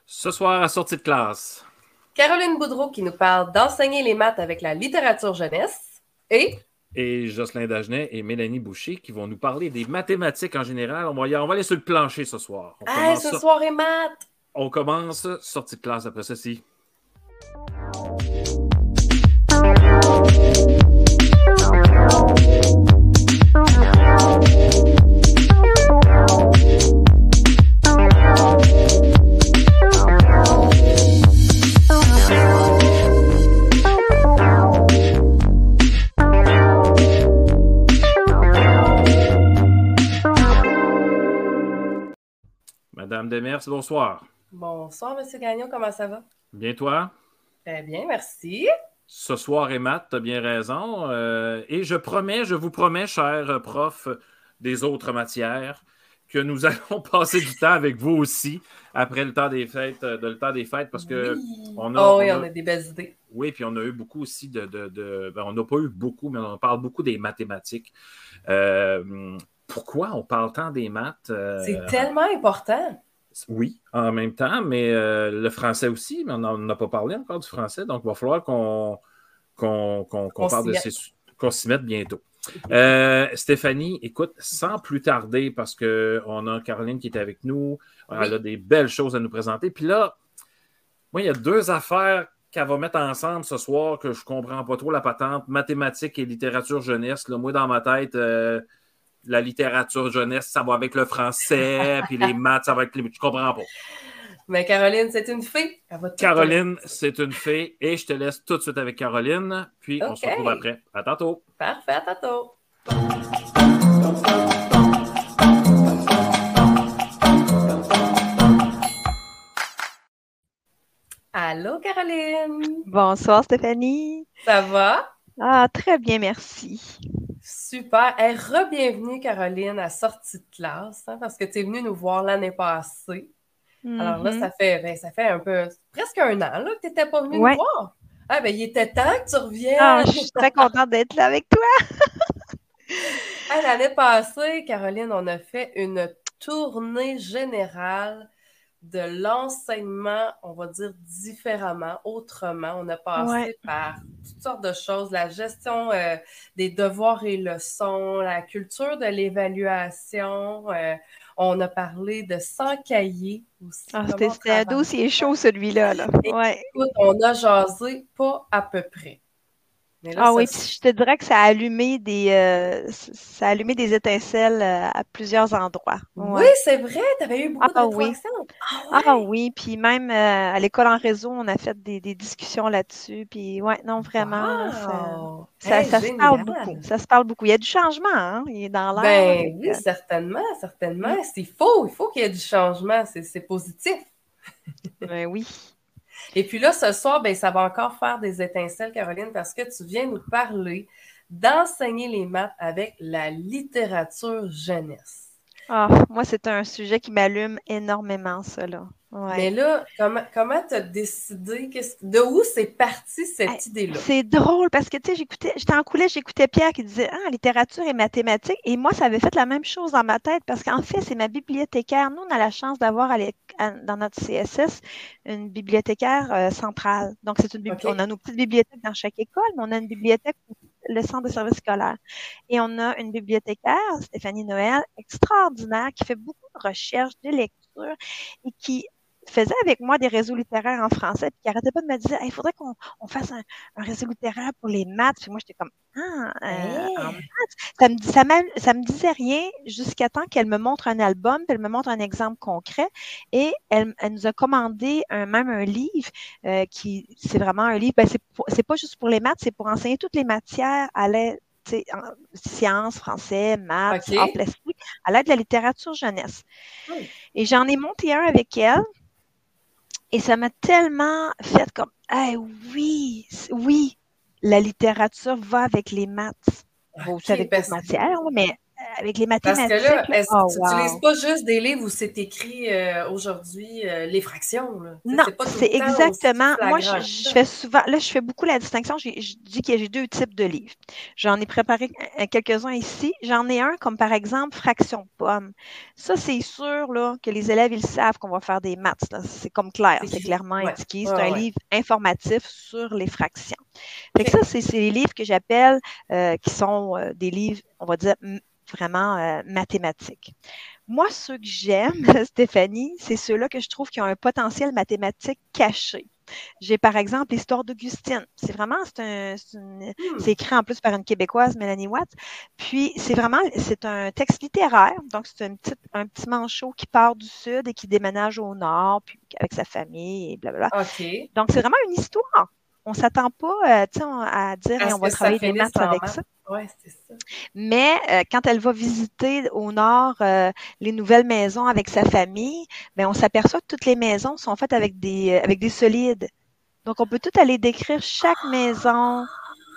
Ce soir, à sortie de classe. Caroline Boudreau qui nous parle d'enseigner les maths avec la littérature jeunesse. Et Et Jocelyn Dagenet et Mélanie Boucher qui vont nous parler des mathématiques en général. On va aller sur le plancher ce soir. hey, ce soir est maths! On commence sortie de classe après ceci. Madame Demers, bonsoir. Bonsoir, M. Gagnon, comment ça va? Bien toi? Très bien, merci. Ce soir est maths, tu as bien raison. Et je vous promets, cher prof des autres matières, que nous allons passer du temps avec vous aussi après le temps des fêtes, le temps des fêtes, parce que oui. on a des belles idées. Oui, puis on a eu beaucoup aussi on n'a pas eu beaucoup, mais on parle beaucoup des mathématiques. Pourquoi on parle tant des maths? C'est tellement important. Oui, en même temps, mais le français aussi, mais on n'a pas parlé encore du français, donc il va falloir qu'on parle qu'on s'y mette bientôt. Stéphanie, écoute, sans plus tarder, parce qu'on a Caroline qui est avec nous, elle a des belles choses à nous présenter. Puis là, moi, il y a deux affaires qu'elle va mettre ensemble ce soir que je ne comprends pas trop la patente, mathématiques et littérature jeunesse. Là, moi, dans ma tête, la littérature jeunesse, ça va avec le français, puis les maths, ça va avec les... Je comprends pas. Mais Caroline, c'est une fée. Caroline, c'est une fée. Et je te laisse tout de suite avec Caroline. Puis on se retrouve après. À tantôt. Parfait, à tantôt. Allô, Caroline. Bonsoir, Stéphanie. Ça va? Ah, très bien, merci. Super. Re-bienvenue, Caroline, à sortie de classe, hein, parce que tu es venue nous voir l'année passée. Alors là, ça fait un peu, presque un an là, que tu n'étais pas venue nous voir. Ah, ben, il était temps que tu reviennes. Ah, je suis très contente d'être là avec toi. L'année passée, Caroline, on a fait une tournée générale de l'enseignement, on va dire différemment, autrement. On a passé par toutes sortes de choses, la gestion des devoirs et leçons, la culture de l'évaluation. On a parlé de 100 cahiers aussi. C'était un dossier chaud, celui-là. Là. Écoute, on a jasé pas à peu près. Là, oui, puis je te dirais que ça a allumé des étincelles à plusieurs endroits. Oui, c'est vrai, tu avais eu beaucoup de réflexions. Ah oui, puis même à l'école en réseau, on a fait des discussions là-dessus. Puis non, vraiment, wow. ça se parle beaucoup. Ça se parle beaucoup. Il y a du changement, hein? Il est dans l'air. Ben oui, certainement. Il faut qu'il y ait du changement, c'est positif. Ben oui. Et puis là, ce soir, ben, ça va encore faire des étincelles, Caroline, parce que tu viens nous parler d'enseigner les maths avec la littérature jeunesse. Ah, moi, c'est un sujet qui m'allume énormément, ça, là. Ouais. Mais là, comment tu as décidé, de où c'est parti cette idée-là? C'est drôle parce que, tu sais, j'étais en coulisses, j'écoutais Pierre qui disait « Ah, littérature et mathématiques ». Et moi, ça avait fait la même chose dans ma tête parce qu'en fait, c'est ma bibliothécaire. Nous, on a la chance d'avoir dans notre CSS une bibliothécaire centrale. Donc, on a nos petites bibliothèques dans chaque école, mais on a une bibliothèque pour le centre de service scolaire. Et on a une bibliothécaire, Stéphanie Noël, extraordinaire, qui fait beaucoup de recherches, de lecture et qui faisait avec moi des réseaux littéraires en français, puis qui n'arrêtait pas de me dire, il faudrait qu'on fasse un réseau littéraire pour les maths. Puis moi, j'étais comme, en maths? Ça me disait rien jusqu'à temps qu'elle me montre un album, puis elle me montre un exemple concret. Et elle nous a commandé même un livre c'est vraiment un livre, c'est pas juste pour les maths, c'est pour enseigner toutes les matières à l'aide. Sciences, français, maths, arts plastiques, à l'aide de la littérature jeunesse. Et j'en ai monté un avec elle. Et ça m'a tellement fait comme, oui, la littérature va avec les maths. Bon, aussi avec d'autres matières, mais avec les Parce que mathématiques, là, tu n'utilises wow. pas juste des livres où c'est écrit aujourd'hui les fractions. Là. Non, C'est pas tout c'est le temps aussi exactement. Moi, flagrant que je ça. fais souvent, là, je fais beaucoup la distinction. Je dis que j'ai deux types de livres. J'en ai préparé quelques-uns ici. J'en ai un comme par exemple fraction de pomme. Ça, c'est sûr là, que les élèves, ils savent qu'on va faire des maths. Là. C'est comme clair, C'est c'est écrit. clairement Ouais. indiqué. C'est Ouais, un ouais. livre informatif sur les fractions. Fait que OK. ça, c'est les livres que j'appelle qui sont des livres, on va dire, vraiment mathématiques. Moi, ceux que j'aime, Stéphanie, c'est ceux-là que je trouve qui ont un potentiel mathématique caché. J'ai par exemple l'histoire d'Augustine. C'est vraiment, c'est écrit en plus par une Québécoise, Mélanie Watts. Puis c'est un texte littéraire. Donc, c'est un petit manchot qui part du sud et qui déménage au nord, puis avec sa famille et blablabla. OK. Donc, c'est vraiment une histoire. On ne s'attend pas à dire À hey, ce on va que ça travailler des finisse maths en avec maths. ça. Oui, c'est ça. Mais quand elle va visiter au nord les nouvelles maisons avec sa famille, ben, on s'aperçoit que toutes les maisons sont faites avec des solides. Donc, on peut tout aller décrire chaque maison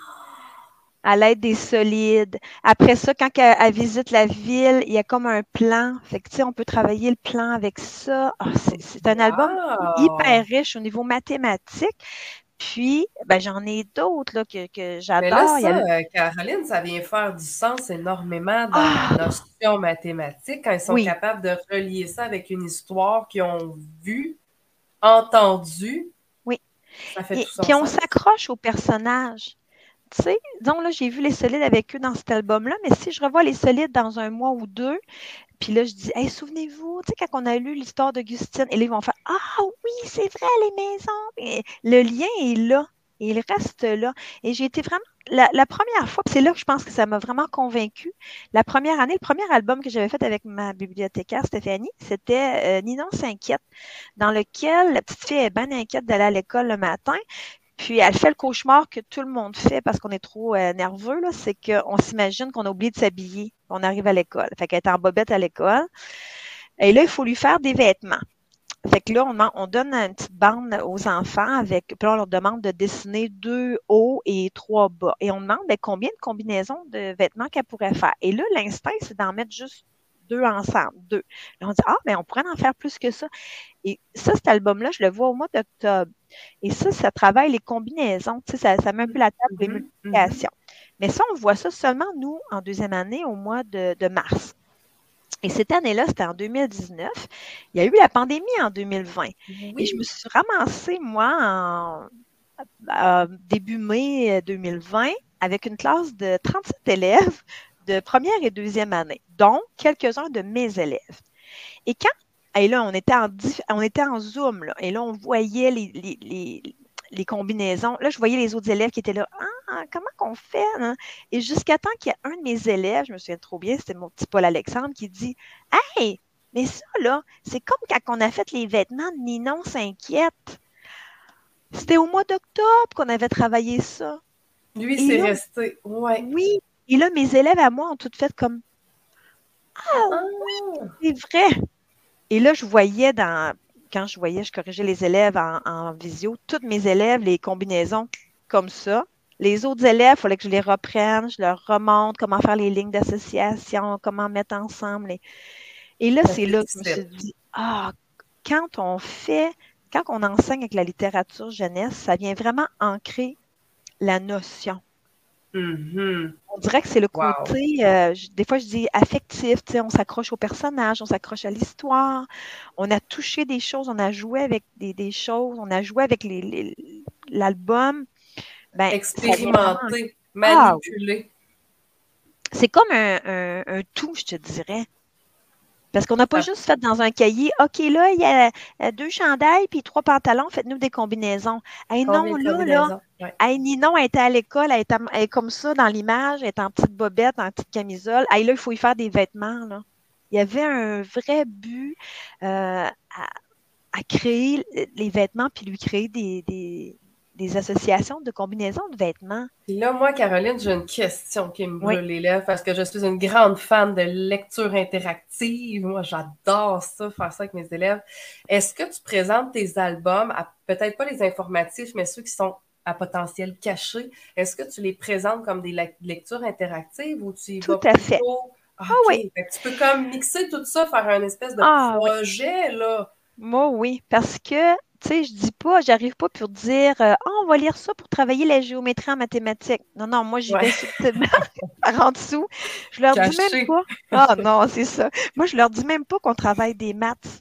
à l'aide des solides. Après ça, quand elle visite la ville, il y a comme un plan. Fait que, tu sais, on peut travailler le plan avec ça. Ah, c'est un album hyper Wow! riche au niveau mathématique. Puis, ben, j'en ai d'autres là, que Mais là, j'adore. ça, Caroline, ça vient faire du sens énormément dans la Ah, notion mathématique quand ils sont oui, capables de relier ça avec une histoire qu'ils ont vue, entendue. oui. Ça fait Et tout son puis, on sens. s'accroche aux personnages. Tu sais, disons, là, j'ai vu les solides avec eux dans cet album-là, mais si je revois les solides dans un mois ou deux, puis là, je dis, hey, souvenez-vous, tu sais, quand on a lu l'histoire d'Augustine, et là, ils vont faire, ah oui, c'est vrai, les maisons. Et le lien est là. Et il reste là. Et j'ai été vraiment, la première fois, puis c'est là que je pense que ça m'a vraiment convaincue. La première année, le premier album que j'avais fait avec ma bibliothécaire, Stéphanie, c'était Ninon s'inquiète, dans lequel la petite fille est bien inquiète d'aller à l'école le matin. Puis elle fait le cauchemar que tout le monde fait parce qu'on est trop nerveux, là, c'est qu'on s'imagine qu'on a oublié de s'habiller. On arrive à l'école. Fait qu'elle est en bobette à l'école. Et là, il faut lui faire des vêtements. Fait que là, on donne une petite bande aux enfants avec, puis là, on leur demande de dessiner 2 hauts et 3 bas. Et on demande combien de combinaisons de vêtements qu'elle pourrait faire. Et là, l'instinct, c'est d'en mettre juste 2 ensemble, 2. Là, on dit, mais on pourrait en faire plus que ça. Et ça, cet album-là, je le vois au mois d'octobre. Et ça travaille les combinaisons. Tu sais, ça met un peu la table pour les multiplications. Mais ça, on voit ça seulement, nous, en deuxième année, au mois de mars. Et cette année-là, c'était en 2019. Il y a eu la pandémie en 2020. Oui. Et je me suis ramassée, moi, début mai 2020, avec une classe de 37 élèves de première et deuxième année, dont quelques-uns de mes élèves. Et là, on était en Zoom, là, et là, on voyait les combinaisons. Là, je voyais les autres élèves qui étaient là. Ah, comment qu'on fait? Hein? Et jusqu'à temps qu'il y ait un de mes élèves, je me souviens trop bien, c'était mon petit Paul Alexandre, qui dit hey, mais ça, là, c'est comme quand on a fait les vêtements de Ninon s'inquiète. C'était au mois d'octobre qu'on avait travaillé ça. Lui, c'est resté. Ouais. Oui. Et là, mes élèves à moi ont tout fait comme oui, c'est vrai. Et là, je voyais quand je corrigeais les élèves en visio, tous mes élèves, les combinaisons comme ça. Les autres élèves, il fallait que je les reprenne, je leur remonte comment faire les lignes d'association, comment mettre ensemble. Et là, c'est là que je me suis dit, quand on enseigne avec la littérature jeunesse, ça vient vraiment ancrer la notion. Mm-hmm. On dirait que c'est le côté, des fois je dis affectif, on s'accroche au personnage, on s'accroche à l'histoire, on a touché des choses, on a joué avec des choses, on a joué avec l'album. Ben, expérimenté, manipulé. C'est comme un tout, je te dirais. Parce qu'on n'a pas juste fait dans un cahier, OK, là, il y a 2 chandails puis 3 pantalons, faites-nous des combinaisons. Hey, non, là, hey, Ninon, elle était à l'école, elle est comme ça dans l'image, elle est en petite bobette, en petite camisole. Hey, là, il faut y faire des vêtements, là. Il y avait un vrai but à créer les vêtements puis lui créer des associations de combinaisons de vêtements. Puis là, moi, Caroline, j'ai une question qui me brûle les lèvres parce que je suis une grande fan de lecture interactive. Moi, j'adore ça, faire ça avec mes élèves. Est-ce que tu présentes tes albums à peut-être pas les informatifs, mais ceux qui sont à potentiel caché? Est-ce que tu les présentes comme des lectures interactives ou tu y vas plutôt Ah, Ah OK. oui. Fait que tu peux comme mixer tout ça, faire un espèce de Oui. projet, là. Moi, oui. Parce que, tu sais, je dis pas, j'arrive pas pour dire on va lire ça pour travailler la géométrie en mathématiques. Non, non, moi, j'y Ouais, vais subtilement par en dessous. Je leur dis même caché. pas. Ah non, c'est ça. Moi, je leur dis même pas qu'on travaille des maths.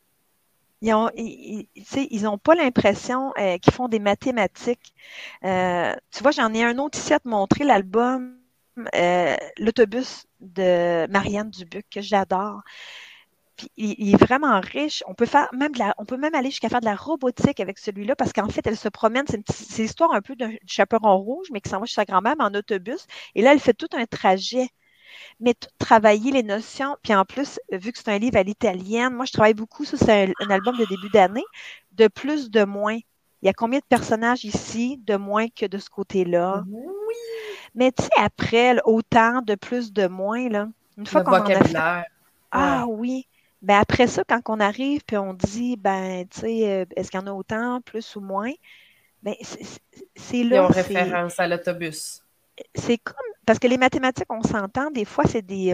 Tu sais, ils ont pas l'impression qu'ils font des mathématiques. Tu vois, j'en ai un autre ici à te montrer, l'album L'autobus de Marianne Dubuc, que j'adore. Puis il est vraiment riche. On peut faire même on peut même aller jusqu'à faire de la robotique avec celui-là parce qu'en fait, elle se promène. C'est l'histoire un peu du chaperon rouge, mais qui s'en va chez sa grand-mère mais en autobus. Et là, elle fait tout un trajet. Mais tout travailler les notions. Puis en plus, vu que c'est un livre à l'italienne, moi, je travaille beaucoup. Ça, c'est un album de début d'année. De plus, de moins. Il y a combien de personnages ici, de moins que de ce côté-là? Oui, Mais tu sais, après, là, autant, de plus, de moins, là, une fois le qu'on en a fait. vocabulaire. Ah Ouais. oui. Ben après ça, quand on arrive puis on dit, ben, tu sais, est-ce qu'il y en a autant, plus ou moins? Ben, c'est Ils là, ont référence à l'autobus. c'est comme, parce que les mathématiques, on s'entend, des fois,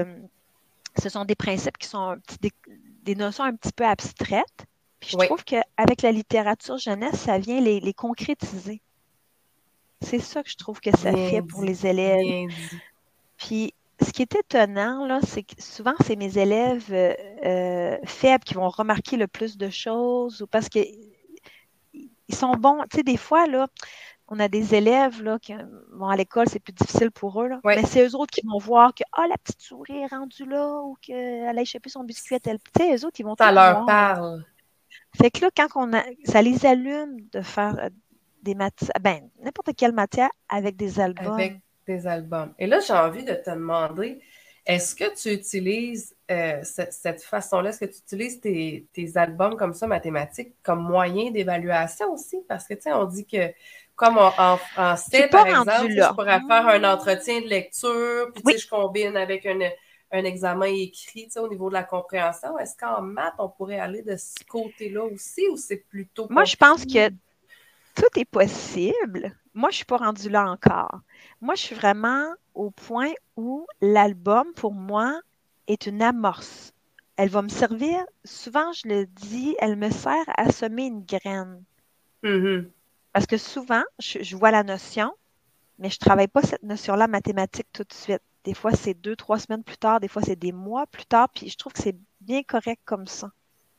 ce sont des principes qui sont des notions un petit peu abstraites. Puis je Oui, trouve qu'avec la littérature jeunesse, ça vient les concrétiser. C'est ça que je trouve que ça fait bien pour dit, les élèves. bien dit. Puis, ce qui est étonnant, là, c'est que souvent, c'est mes élèves faibles qui vont remarquer le plus de choses ou parce qu'ils sont bons. Tu sais, des fois, là, on a des élèves là, qui, bon, à l'école, c'est plus difficile pour eux, là, Oui, mais c'est eux autres qui vont voir que la petite souris est rendue là ou qu'elle a échappé son biscuit à tel. Tu sais, eux autres, ils vont ça tout leur voir. parle Fait que là, quand ça les allume de faire des matières, ben, n'importe quelle matière avec des albums. avec des albums. Et là, j'ai envie de te demander, est-ce que tu utilises cette façon-là, est-ce que tu utilises tes albums comme ça, mathématiques, comme moyen d'évaluation aussi? Parce que, tu sais, on dit que, comme en Je suis français, pas par rendue exemple, tu sais, je là. pourrais faire un entretien de lecture, puis, tu Oui, sais, je combine avec un examen écrit, tu sais, au niveau de la compréhension. Est-ce qu'en maths, on pourrait aller de ce côté-là aussi, ou c'est plutôt moi, je pense compliqué? que tout est possible. Moi, je suis pas rendue là encore. Moi, je suis vraiment au point où l'album, pour moi, est une amorce. Elle va me servir, souvent je le dis, elle me sert à semer une graine. Mhm. Parce que souvent, je vois la notion, mais je ne travaille pas cette notion-là mathématique tout de suite. Des fois, c'est 2, 3 semaines plus tard, des fois, c'est des mois plus tard, puis je trouve que c'est bien correct comme ça.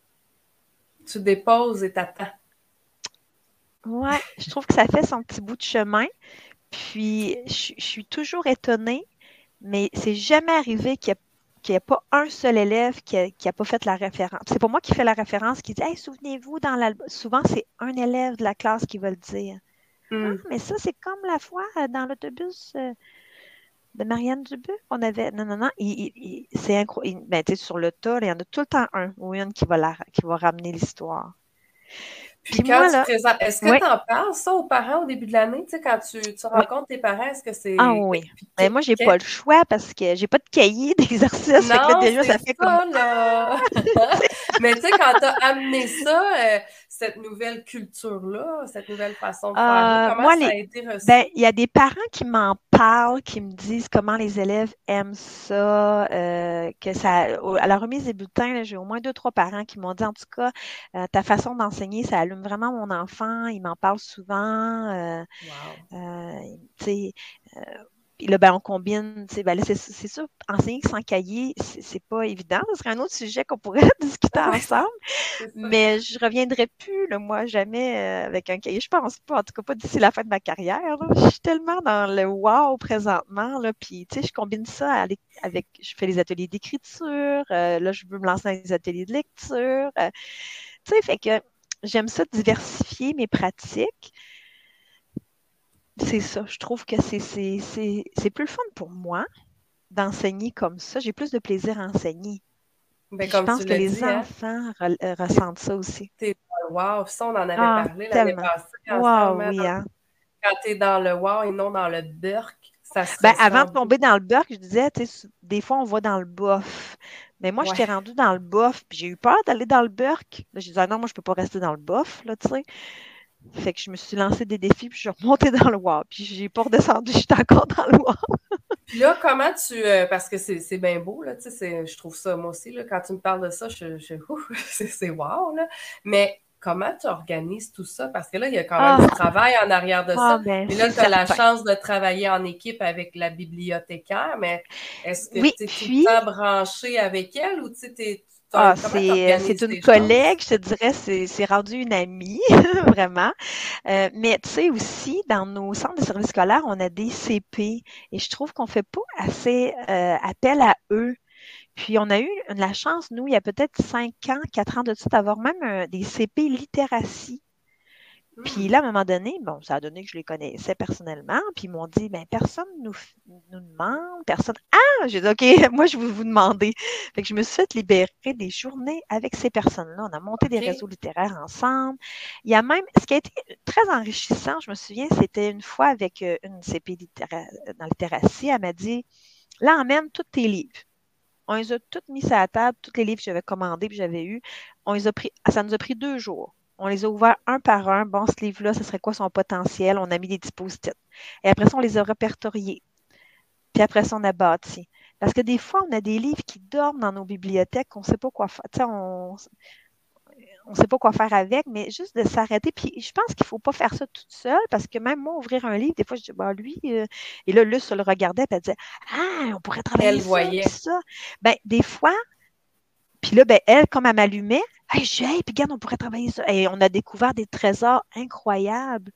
Tu déposes et t'attends. Ouais, je trouve que ça fait son petit bout de chemin. Puis, je suis toujours étonnée, mais c'est jamais arrivé qu'il n'y ait pas un seul élève qui a pas fait la référence. C'est pas moi qui fais la référence, qui dit Hey, souvenez-vous, dans l'album. Souvent, c'est un élève de la classe qui va le dire. Ah, Hmm. mais ça, c'est comme la fois dans l'autobus de Marianne Dubuc. On avait. Non, non, non. C'est incroyable. Ben, tu sais, sur le tas, il y en a tout le temps un ou une qui va ramener l'histoire. Puis Puis quand moi, tu là, présentes, est-ce que oui, tu en parles ça aux parents au début de l'année? Tu sais, quand tu oui. rencontres tes parents, est-ce que Ah c'est. oui. Puis Mais moi, j'ai pas le choix parce que j'ai pas de cahier d'exercice. Fait que là, non, déjà, c'est ça fait comme. ça, là. Mais tu sais, quand tu as amené ça, cette nouvelle culture-là, cette nouvelle façon de faire-là, comment Moi, ça a été reçu? ben, il y a des parents qui m'en parlent, qui me disent comment les élèves aiment ça, que ça, à la remise des bulletins, là, j'ai au moins 2, 3 parents qui m'ont dit, en tout cas, ta façon d'enseigner, ça allume vraiment mon enfant, il m'en parle souvent, Wow. tu sais, puis là, ben, on combine, tu sais, ben là, c'est sûr, enseigner sans cahier, c'est pas évident. Ce serait un autre sujet qu'on pourrait discuter Oui, ensemble. c'est ça. Mais je reviendrai plus, là, moi, jamais avec un cahier. Je pense pas, en tout cas pas d'ici la fin de ma carrière. Là. Je suis tellement dans le wow présentement. Là, puis, tu sais, je combine ça avec, je fais les ateliers d'écriture. Là, je veux me lancer dans les ateliers de lecture. Tu sais, fait que j'aime ça diversifier mes pratiques. C'est ça. Je trouve que c'est plus le fun pour moi d'enseigner comme ça. J'ai plus de plaisir à enseigner. Ben, Puis je comme tu pense que l'as les dit, hein, enfants ressentent ça aussi. t'es dans le wow. Ça, on en avait Ah, parlé l'année tellement. passée Wow, ensemble, hein, oui, hein. quand tu es dans le wow et non dans le burk, ça se Ben, avant de ressent beaucoup. tomber dans le burk, je disais, tu sais, des fois, on va dans le bof. Mais moi, Ouais. j'étais rendue dans le bof, puis j'ai eu peur d'aller dans le burk. Là, j'ai dit, ah non, moi, je peux pas rester dans le bof, là, tu sais. Fait que je me suis lancé des défis, puis je suis remontée dans le wow. Puis j'ai pas redescendu, j'étais encore dans le wow. Puis là, comment tu... parce que c'est bien beau, là, tu sais, je trouve ça, moi aussi, là, quand tu me parles de ça, c'est wow, là. Mais comment tu organises tout ça? Parce que là, il y a quand même du travail en arrière de ça. Ben, mais là, tu as la chance de travailler en équipe avec la bibliothécaire, mais est-ce que tu es tout le temps branché avec elle ou tu sais, c'est une collègue, je te dirais, c'est rendu une amie, vraiment. Mais tu sais aussi, dans nos centres de services scolaires, on a des CP et je trouve qu'on fait pas assez appel à eux. Puis on a eu la chance, nous, il y a peut-être 5 ans, 4 ans de suite, d'avoir même des CP littératie. Puis là, à un moment donné, bon, ça a donné que je les connaissais personnellement. Puis ils m'ont dit, ben personne nous demande, personne. Ah! J'ai dit, OK, moi, je vais vous demander. Fait que je me suis fait libérer des journées avec ces personnes-là. On a monté des réseaux littéraires ensemble. Il y a même, ce qui a été très enrichissant, je me souviens, c'était une fois avec une CP dans littératie, elle m'a dit, là, emmène tous tes livres. On les a toutes mis sur la table, tous les livres que j'avais commandés et que j'avais eus. On les a pris, ça nous a pris 2 jours. On les a ouverts un par un. Bon, ce livre-là, ce serait quoi son potentiel? On a mis des dispositifs. Et après ça, on les a répertoriés. Puis après ça, on a bâti. Parce que des fois, on a des livres qui dorment dans nos bibliothèques, on ne sait pas quoi faire. Tu sais, on ne sait pas quoi faire avec, mais juste de s'arrêter. Puis je pense qu'il ne faut pas faire ça toute seule, parce que même moi, ouvrir un livre, des fois, je dis, bah, lui, et là, Luce le regardait, puis elle disait, ah, on pourrait travailler elle voyait ça. Ben, des fois, puis là, ben, elle, comme elle m'allumait, hey, je dis, hey, puis regarde, on pourrait travailler ça. Et on a découvert des trésors incroyables.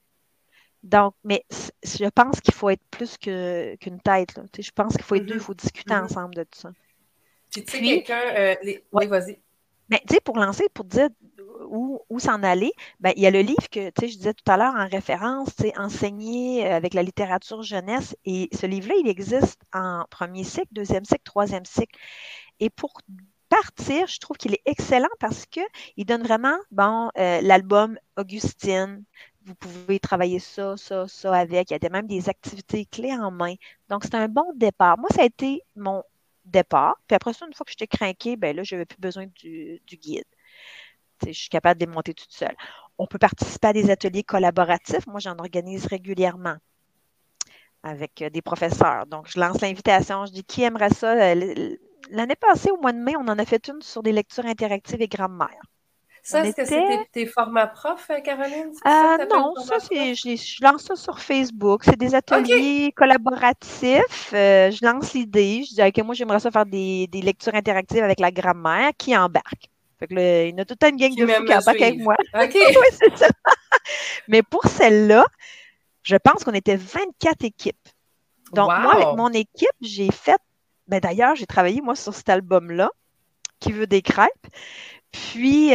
Donc, mais je pense qu'il faut être plus qu'une tête. Là. Je pense qu'il faut être deux, il faut discuter ensemble de tout ça. Puis, tu sais, quelqu'un... Oui, vas-y. Ben, tu sais, pour lancer, pour dire où s'en aller, ben, il y a le livre que, tu sais, je disais tout à l'heure en référence, tu sais, enseigné avec la littérature jeunesse. Et ce livre-là, il existe en premier cycle, deuxième cycle, troisième cycle. Et pour partir, je trouve qu'il est excellent parce qu'il donne vraiment, bon, l'album Augustine. Vous pouvez travailler ça avec. Il y a même des activités clés en main. Donc, c'est un bon départ. Moi, ça a été mon départ. Puis après ça, une fois que j'étais craquée, ben là, je n'avais plus besoin du guide. Je suis capable de les monter toute seule. On peut participer à des ateliers collaboratifs. Moi, j'en organise régulièrement avec des professeurs. Donc, je lance l'invitation. Je dis, qui aimerait ça? L'année passée, au mois de mai, on en a fait une sur des lectures interactives et grammaire. Ça, est-ce que c'était tes formats profs, Caroline? Non, ça, je lance ça sur Facebook. C'est des ateliers collaboratifs. Je lance l'idée. Je dis, OK, moi, j'aimerais ça faire des lectures interactives avec la grammaire. Qui embarque? Fait que là, il y en a tout le temps une gang de fous qui embarque avec moi. OK. Oui, c'est ça. Mais pour celle-là, je pense qu'on était 24 équipes. Donc, moi, avec mon équipe, j'ai fait... Ben, d'ailleurs, j'ai travaillé, moi, sur cet album-là, Qui veut des crêpes. Puis,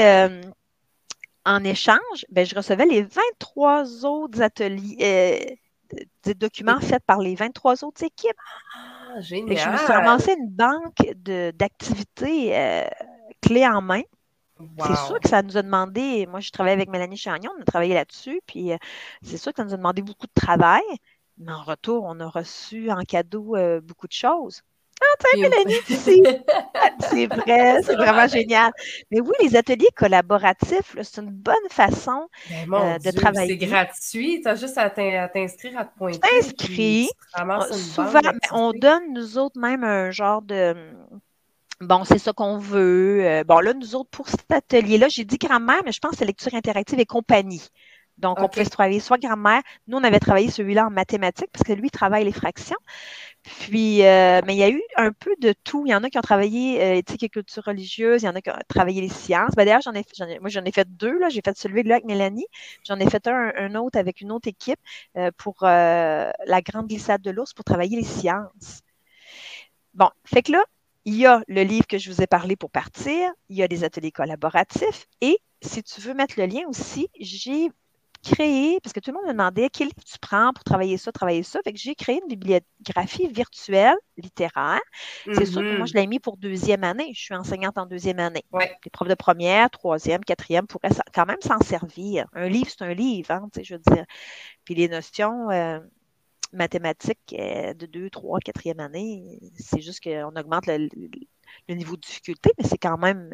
en échange, ben, je recevais les 23 autres ateliers, des documents faits par les 23 autres équipes. Ah, génial! Et je me suis ramassé une banque d'activités clés en main. Wow. C'est sûr que ça nous a demandé, moi je travaillais avec Mélanie Chagnon, on a travaillé là-dessus, puis c'est sûr que ça nous a demandé beaucoup de travail, mais en retour, on a reçu en cadeau beaucoup de choses. Ah, tu sais, Mélanie, c'est vrai, c'est vraiment génial. Mais oui, les ateliers collaboratifs, c'est une bonne façon de travailler. C'est gratuit, tu as juste à t'inscrire, à te pointer. Tu t'inscris. Souvent, on donne, nous autres, même un genre de... Bon, c'est ça qu'on veut. Bon, là, nous autres, pour cet atelier-là, j'ai dit grammaire, mais je pense que c'est lecture interactive et compagnie. Donc, on pouvait se travailler soit grammaire. Nous, on avait travaillé celui-là en mathématiques parce que lui, il travaille les fractions. Puis, mais il y a eu un peu de tout. Il y en a qui ont travaillé éthique et culture religieuse. Il y en a qui ont travaillé les sciences. Ben, d'ailleurs, moi, j'en ai fait 2. Là. J'ai fait celui-là avec Mélanie. J'en ai fait un autre avec une autre équipe pour la grande glissade de l'ours pour travailler les sciences. Bon, fait que là, il y a le livre que je vous ai parlé pour partir, il y a des ateliers collaboratifs et si tu veux mettre le lien aussi, j'ai créé, parce que tout le monde me demandait quel livre tu prends pour travailler ça, fait que j'ai créé une bibliographie virtuelle littéraire. C'est sûr que moi, je l'ai mis pour 2e année. Je suis enseignante en 2e année. Les profs de 1e, 3e, 4e pourraient quand même s'en servir. Un livre, c'est un livre, hein, je veux dire. Puis les notions... mathématiques de 2, 3, 4e année, c'est juste qu'on augmente le niveau de difficulté, mais c'est quand même,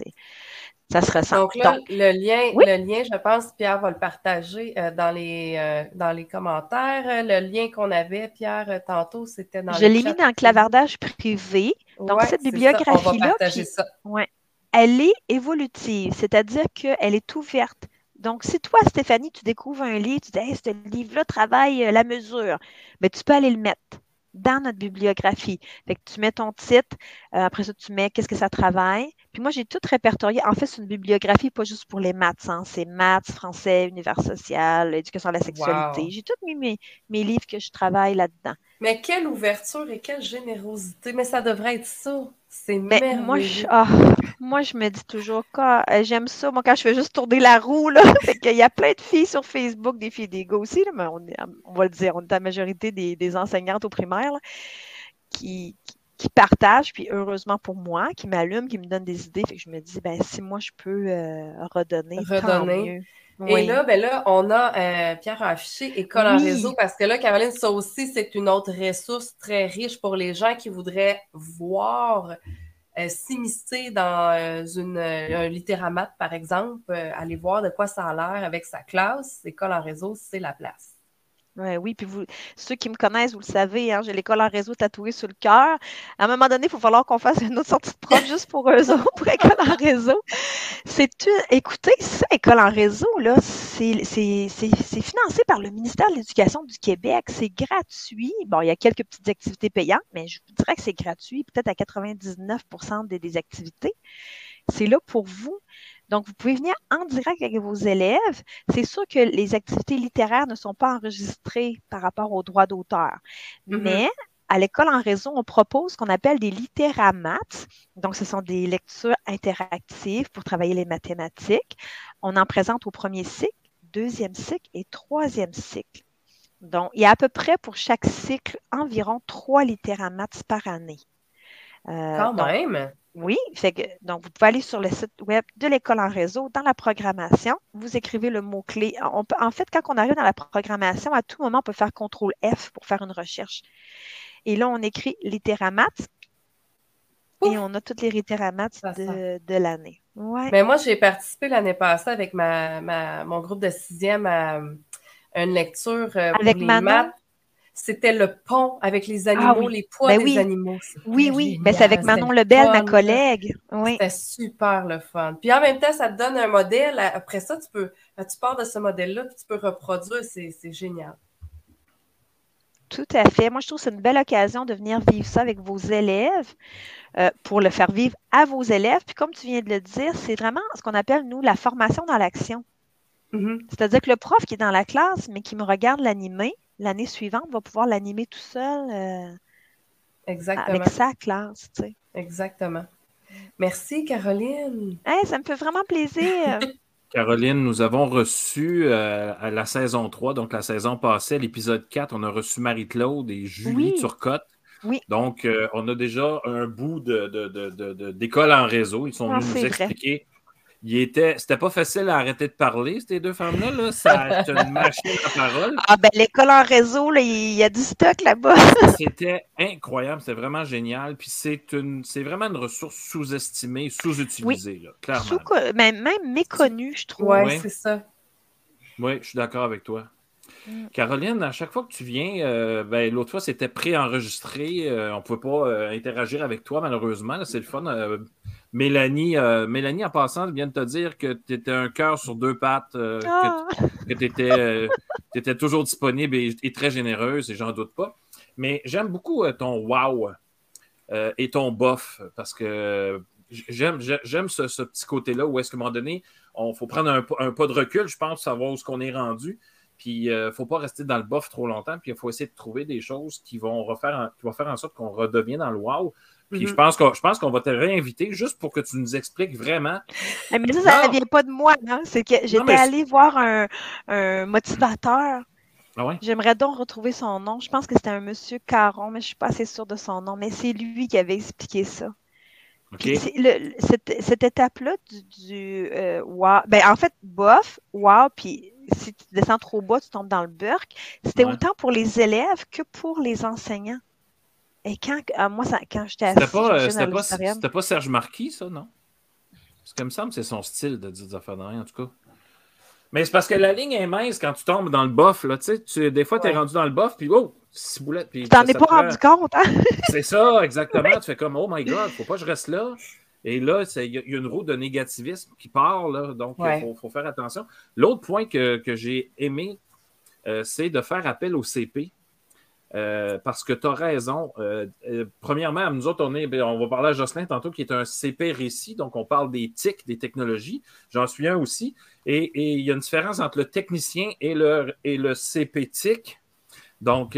ça se ressent. Donc là, le lien, je pense, Pierre va le partager dans les commentaires. Le lien qu'on avait, Pierre, tantôt, c'était dans le chat. Je l'ai mis dans le clavardage privé. Donc, cette bibliographie-là, elle est évolutive, c'est-à-dire qu'elle est ouverte. Donc, si toi, Stéphanie, tu découvres un livre, tu dis hey, « ce livre-là travaille la mesure », mais tu peux aller le mettre dans notre bibliographie. Fait que tu mets ton titre, après ça, tu mets qu'est-ce que ça travaille. Puis moi, j'ai tout répertorié. En fait, c'est une bibliographie pas juste pour les maths. Hein. C'est maths, français, univers social, éducation à la sexualité. Wow. J'ai tout mis mes livres que je travaille là-dedans. Mais quelle ouverture et quelle générosité. Mais ça devrait être ça. C'est merveilleux. Moi, je me dis toujours que j'aime ça. Moi, quand je fais juste tourner la roue, là, il y a plein de filles sur Facebook, des filles des gars aussi, là, mais on va le dire, on est la majorité des enseignantes au primaire là, qui partagent, puis heureusement pour moi, qui m'allument, qui me donnent des idées. Fait que je me dis, si moi, je peux redonner, tant mieux. Et là, on a, Pierre a affiché École en réseau, parce que là, Caroline, ça aussi, c'est une autre ressource très riche pour les gens qui voudraient voir s'immiscer dans un littéramate, par exemple, aller voir de quoi ça a l'air avec sa classe. École en réseau, c'est la place. Oui, puis ceux qui me connaissent, vous le savez, hein, j'ai l'école en réseau tatouée sur le cœur. À un moment donné, il va falloir qu'on fasse une autre sortie de prof juste pour eux autres, pour école en réseau. Écoutez, ça, école en réseau, là, c'est financé par le ministère de l'Éducation du Québec. C'est gratuit. Bon, il y a quelques petites activités payantes, mais je vous dirais que c'est gratuit, peut-être à 99% des activités. C'est là pour vous. Donc, vous pouvez venir en direct avec vos élèves. C'est sûr que les activités littéraires ne sont pas enregistrées par rapport aux droits d'auteur. Mais à l'école en réseau, on propose ce qu'on appelle des littéramates. Donc, ce sont des lectures interactives pour travailler les mathématiques. On en présente au premier cycle, deuxième cycle et troisième cycle. Donc, il y a à peu près pour chaque cycle environ 3 littéramates par année. Quand même! Oui, donc vous pouvez aller sur le site web de l'école en réseau, dans la programmation, vous écrivez le mot-clé. En fait, quand on arrive dans la programmation, à tout moment, on peut faire CTRL F pour faire une recherche. Et là, on écrit littéramate et on a toutes les littéramate de l'année. Ouais. Mais moi, j'ai participé l'année passée avec mon groupe de 6e à une lecture pour les maths. C'était le pont avec les animaux, les poids des animaux. Oui. Ben, c'est avec Manon Lebel, ma collègue. Oui. C'était super le fun. Puis en même temps, ça te donne un modèle. Après ça, tu pars de ce modèle-là puis tu peux reproduire. C'est génial. Tout à fait. Moi, je trouve que c'est une belle occasion de venir vivre ça avec vos élèves pour le faire vivre à vos élèves. Puis comme tu viens de le dire, c'est vraiment ce qu'on appelle, nous, la formation dans l'action. C'est-à-dire que le prof qui est dans la classe, mais qui me regarde l'animer, l'année suivante, va pouvoir l'animer tout seul avec sa classe. Tu sais. Exactement. Merci, Caroline. Hey, ça me fait vraiment plaisir. Caroline, nous avons reçu à la saison 3, donc la saison passée, l'épisode 4, on a reçu Marie-Claude et Julie Turcotte. Oui. Donc, on a déjà un bout d'école en réseau. Ils sont venus nous expliquer. C'était pas facile à arrêter de parler, ces deux femmes-là. Là. Ça une machine à parole. Ah ben l'école en réseau, là, il y a du stock là-bas. C'était incroyable, c'était vraiment génial. Puis c'est vraiment une ressource sous-estimée, sous-utilisée, là, clairement. Même méconnue, je trouve. Oui, c'est ça. Oui, je suis d'accord avec toi. Caroline, à chaque fois que tu viens, l'autre fois, c'était préenregistré. On ne pouvait pas interagir avec toi, malheureusement. Là, c'est le fun. Mélanie, en passant, vient de te dire que tu étais un cœur sur 2 pattes, que tu étais toujours disponible et très généreuse, et j'en doute pas. Mais j'aime beaucoup ton wow et ton bof, parce que j'aime ce petit côté-là où est-ce qu'à un moment donné, il faut prendre un pas de recul, je pense, pour savoir où est-ce qu'on est rendu. Puis, il ne faut pas rester dans le bof trop longtemps. Puis, il faut essayer de trouver des choses qui vont faire en sorte qu'on redevienne dans le wow. Puis, je pense qu'on va te réinviter juste pour que tu nous expliques vraiment. Mais ça ne vient pas de moi. Hein? C'est que j'étais allée voir un motivateur. Ah ouais? J'aimerais donc retrouver son nom. Je pense que c'était un monsieur Caron, mais je ne suis pas assez sûre de son nom. Mais c'est lui qui avait expliqué ça. Okay. Cette étape-là du wow, en fait, bof, wow, puis si tu descends trop bas, tu tombes dans le burk. C'était autant pour les élèves que pour les enseignants. Et quand j'étais assise, c'était pas Serge Marquis, ça, non? Parce que, il me semble que c'est son style de dire des affaires de rien, en tout cas. Mais c'est parce que la ligne est mince quand tu tombes dans le bof, là, tu sais. Des fois, tu es rendu dans le bof, puis oh, ciboulette. Puis tu t'en es pas rendu compte, hein? C'est ça, exactement. Tu fais comme, oh my God, faut pas que je reste là. Et là, il y a une roue de négativisme qui part, là, donc il faut faire attention. L'autre point que j'ai aimé, c'est de faire appel au CP. Parce que tu as raison. Premièrement, nous autres, on va parler à Jocelyn tantôt, qui est un CP récit, donc on parle des TIC, des technologies. J'en suis un aussi. Et il y a une différence entre le technicien et le CP TIC. Donc,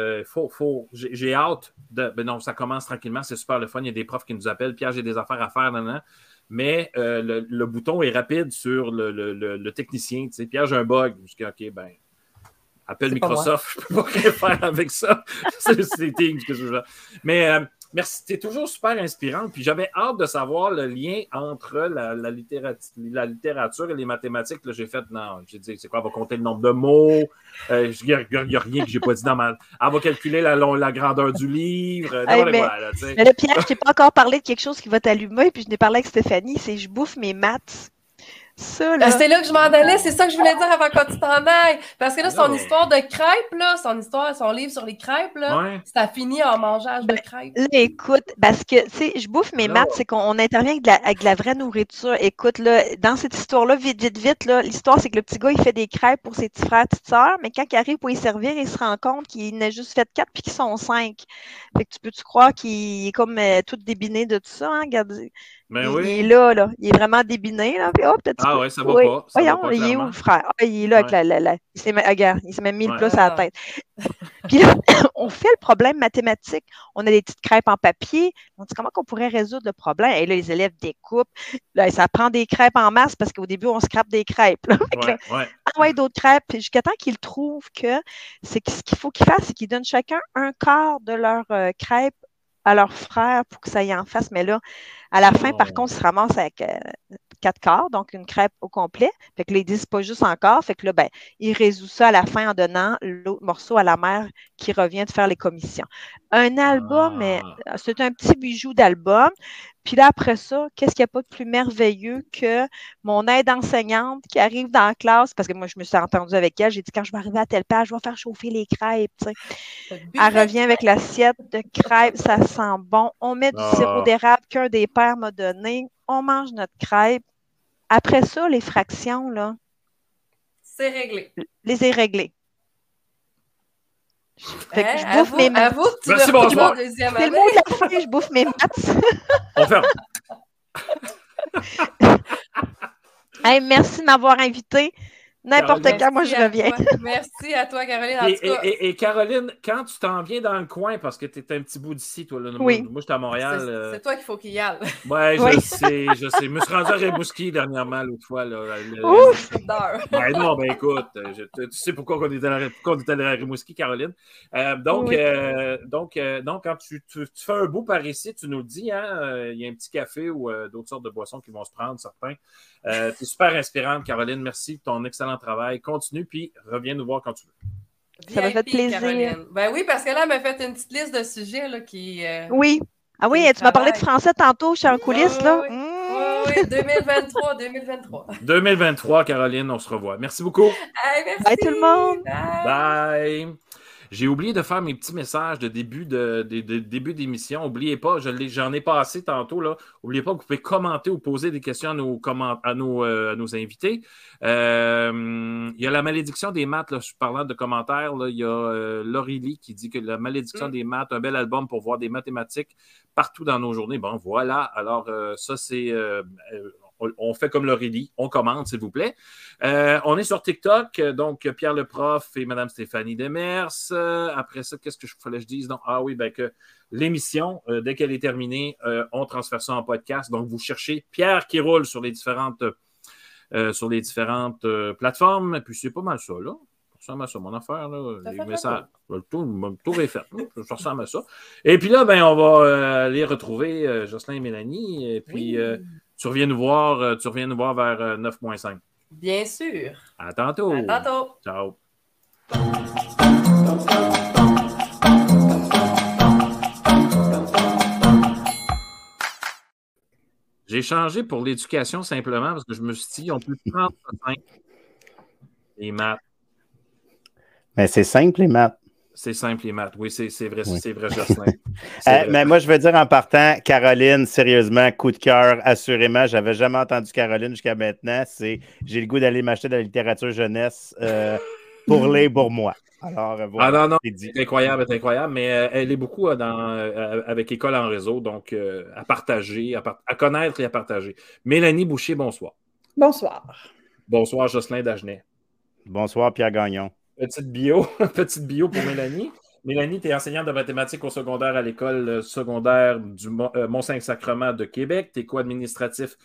j'ai hâte de. Ben non, ça commence tranquillement, c'est super le fun. Il y a des profs qui nous appellent. Pierre, j'ai des affaires à faire, non. Mais le bouton est rapide sur le technicien. Tu sais, Pierre, j'ai un bug. Je dis, OK, ben. Appelle Microsoft, je ne peux pas rien faire avec ça. C'est Teams que je veux. Mais merci, tu es toujours super inspirant. Puis j'avais hâte de savoir le lien entre la littérature et les mathématiques. Là, j'ai dit, c'est quoi, elle va compter le nombre de mots. Il n'y a rien que je n'ai pas dit dans ma. Elle va calculer la grandeur du livre. Mais là, Pierre, je ne t'ai pas encore parlé de quelque chose qui va t'allumer, puis je n'ai parlé avec Stéphanie, c'est je bouffe mes maths. C'est là que je m'en allais, c'est ça que je voulais dire avant que tu t'en ailles. Parce que là, son histoire de crêpes, là, son livre sur les crêpes, là, ça finit en mangeage de crêpes. Là, écoute, parce que, tu sais, je bouffe mes maths, c'est qu'on intervient avec de la vraie nourriture. Écoute, là, dans cette histoire-là, vite, là, l'histoire, c'est que le petit gars, il fait des crêpes pour ses petits frères, petites sœurs, mais quand il arrive pour y servir, il se rend compte qu'il n'a juste fait 4 puis qu'ils sont 5. Fait que tu peux-tu croire qu'il est comme tout débiné de tout ça, hein? Regarde. Il est là, il est vraiment débiné, là. Puis, ouais, ça va pas. Voyons, il est où, le frère? il est là avec il s'est même mis le plat sur la tête. Puis là, on fait le problème mathématique. On a des petites crêpes en papier. On dit comment on pourrait résoudre le problème? Et là, les élèves découpent. Là, ça prend des crêpes en masse parce qu'au début, on scrape des crêpes. D'autres crêpes. Jusqu'à temps qu'ils trouvent que ce qu'il faut qu'ils fassent, c'est qu'ils donnent chacun un quart de leur crêpe à leur frère pour que ça y en fasse. Mais là, à la fin, par contre, ils se ramassent avec 4 quarts, donc une crêpe au complet. Fait que là, ils disent pas juste encore. Fait que là, ben, ils résout ça à la fin en donnant l'autre morceau à la mère qui revient de faire les commissions. Un album, c'est un petit bijou d'album. Puis là, après ça, qu'est-ce qu'il n'y a pas de plus merveilleux que mon aide enseignante qui arrive dans la classe, parce que moi, je me suis entendue avec elle, j'ai dit, quand je vais arriver à telle page, je vais faire chauffer les crêpes, tu sais. Elle revient avec l'assiette de crêpes, ça sent bon. On met du sirop d'érable qu'un des pères m'a donné. On mange notre crêpe. Après ça, les fractions, là. C'est réglé. Les est réglées. Fait que je bouffe mes maths. Merci, bonsoir. C'est le mot de la fin, je bouffe mes maths. On ferme. Hey, merci de m'avoir invité. N'importe quand, moi, je reviens. Merci à toi, Caroline. Et Caroline, quand tu t'en viens dans le coin, parce que tu es un petit bout d'ici, toi, là, oui. Moi, je suis à Montréal. C'est toi qu'il faut qu'il y aille. Ouais, je sais. Je me suis rendu à Rimouski dernièrement, l'autre fois. Là, Ouf! Non, écoute, tu sais pourquoi on est allé à Rimouski, Caroline. Donc, quand tu fais un bout par ici, tu nous le dis, hein, il y a un petit café ou d'autres sortes de boissons qui vont se prendre, certains. Tu es super inspirante, Caroline. Merci pour ton excellent travail. Continue, puis reviens nous voir quand tu veux. Ça m'a fait plaisir. Caroline. Ben oui, parce que là, elle m'a fait une petite liste de sujets là, qui... Oui. Ah oui, tu m'as parlé de français tantôt, je suis en coulisses, là. Oui, 2023. 2023, Caroline, on se revoit. Merci beaucoup. Hey, merci. Bye tout le monde. Bye. J'ai oublié de faire mes petits messages de début d'émission. N'oubliez pas, j'en ai passé tantôt. N'oubliez pas que vous pouvez commenter ou poser des questions à nos invités. Il y a la malédiction des maths. Là, parlant de commentaires, là, il y a Laurélie qui dit que la malédiction des maths, un bel album pour voir des mathématiques partout dans nos journées. Bon, voilà. Alors, ça, c'est... on fait comme Laurélie, on commente, s'il vous plaît. On est sur TikTok, donc Pierre le prof et Mme Stéphanie Demers. Après ça, qu'est-ce que fallait que je dise? Donc, que l'émission, dès qu'elle est terminée, on transfère ça en podcast. Donc, vous cherchez Pierre qui roule sur les différentes plateformes. Puis, c'est pas mal ça, là. Ça ressemble à ça, mon affaire. Là. Les messages, le tour est fait. Ça ressemble à ça. Et puis là, on va aller retrouver Jocelyn et Mélanie. Et puis, tu reviens nous voir vers 9.5. Bien sûr. À tantôt. À tantôt. Ciao. J'ai changé pour l'éducation simplement parce que je me suis dit, on peut prendre les maths. Mais c'est simple, les maths. C'est simple, les maths. Oui, c'est vrai, oui. C'est vrai, Jocelyn. Mais moi, je veux dire en partant, Caroline, sérieusement, coup de cœur, assurément. J'avais jamais entendu Caroline jusqu'à maintenant. J'ai le goût d'aller m'acheter de la littérature jeunesse pour moi. Alors, voilà. Non, c'est incroyable, mais elle est beaucoup avec École en réseau, donc à partager, à connaître et à partager. Mélanie Boucher, bonsoir. Bonsoir. Bonsoir, Jocelyn Dagenet. Bonsoir, Pierre Gagnon. Petite bio pour Mélanie. Mélanie, tu es enseignante de mathématiques au secondaire à l'école secondaire du Mont-Saint-Sacrement de Québec. Tu es co-administratrice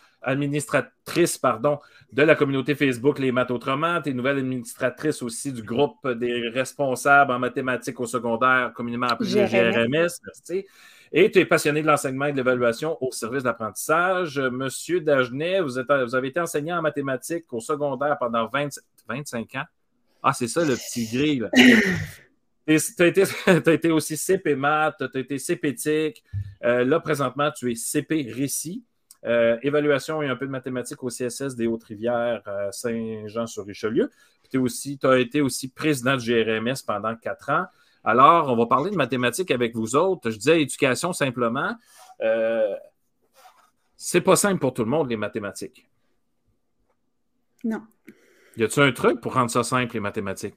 de la communauté Facebook Les Maths Autrement. Tu es nouvelle administratrice aussi du groupe des responsables en mathématiques au secondaire, communément appelé GRMS. Merci. Et tu es passionné de l'enseignement et de l'évaluation au service d'apprentissage. Monsieur Dagenet, vous avez été enseignant en mathématiques au secondaire pendant 25 ans. Ah, c'est ça, le petit gris, là. Tu as été aussi CP Maths, tu as été CP Éthique. Là, présentement, tu es CP Récit. Évaluation et un peu de mathématiques au CSS des Hautes-Rivières, Saint-Jean-sur-Richelieu. Tu as été aussi président du GRMS pendant 4 ans. Alors, on va parler de mathématiques avec vous autres. Je disais éducation simplement. C'est pas simple pour tout le monde, les mathématiques. Non. Y a-t-il un truc pour rendre ça simple, les mathématiques?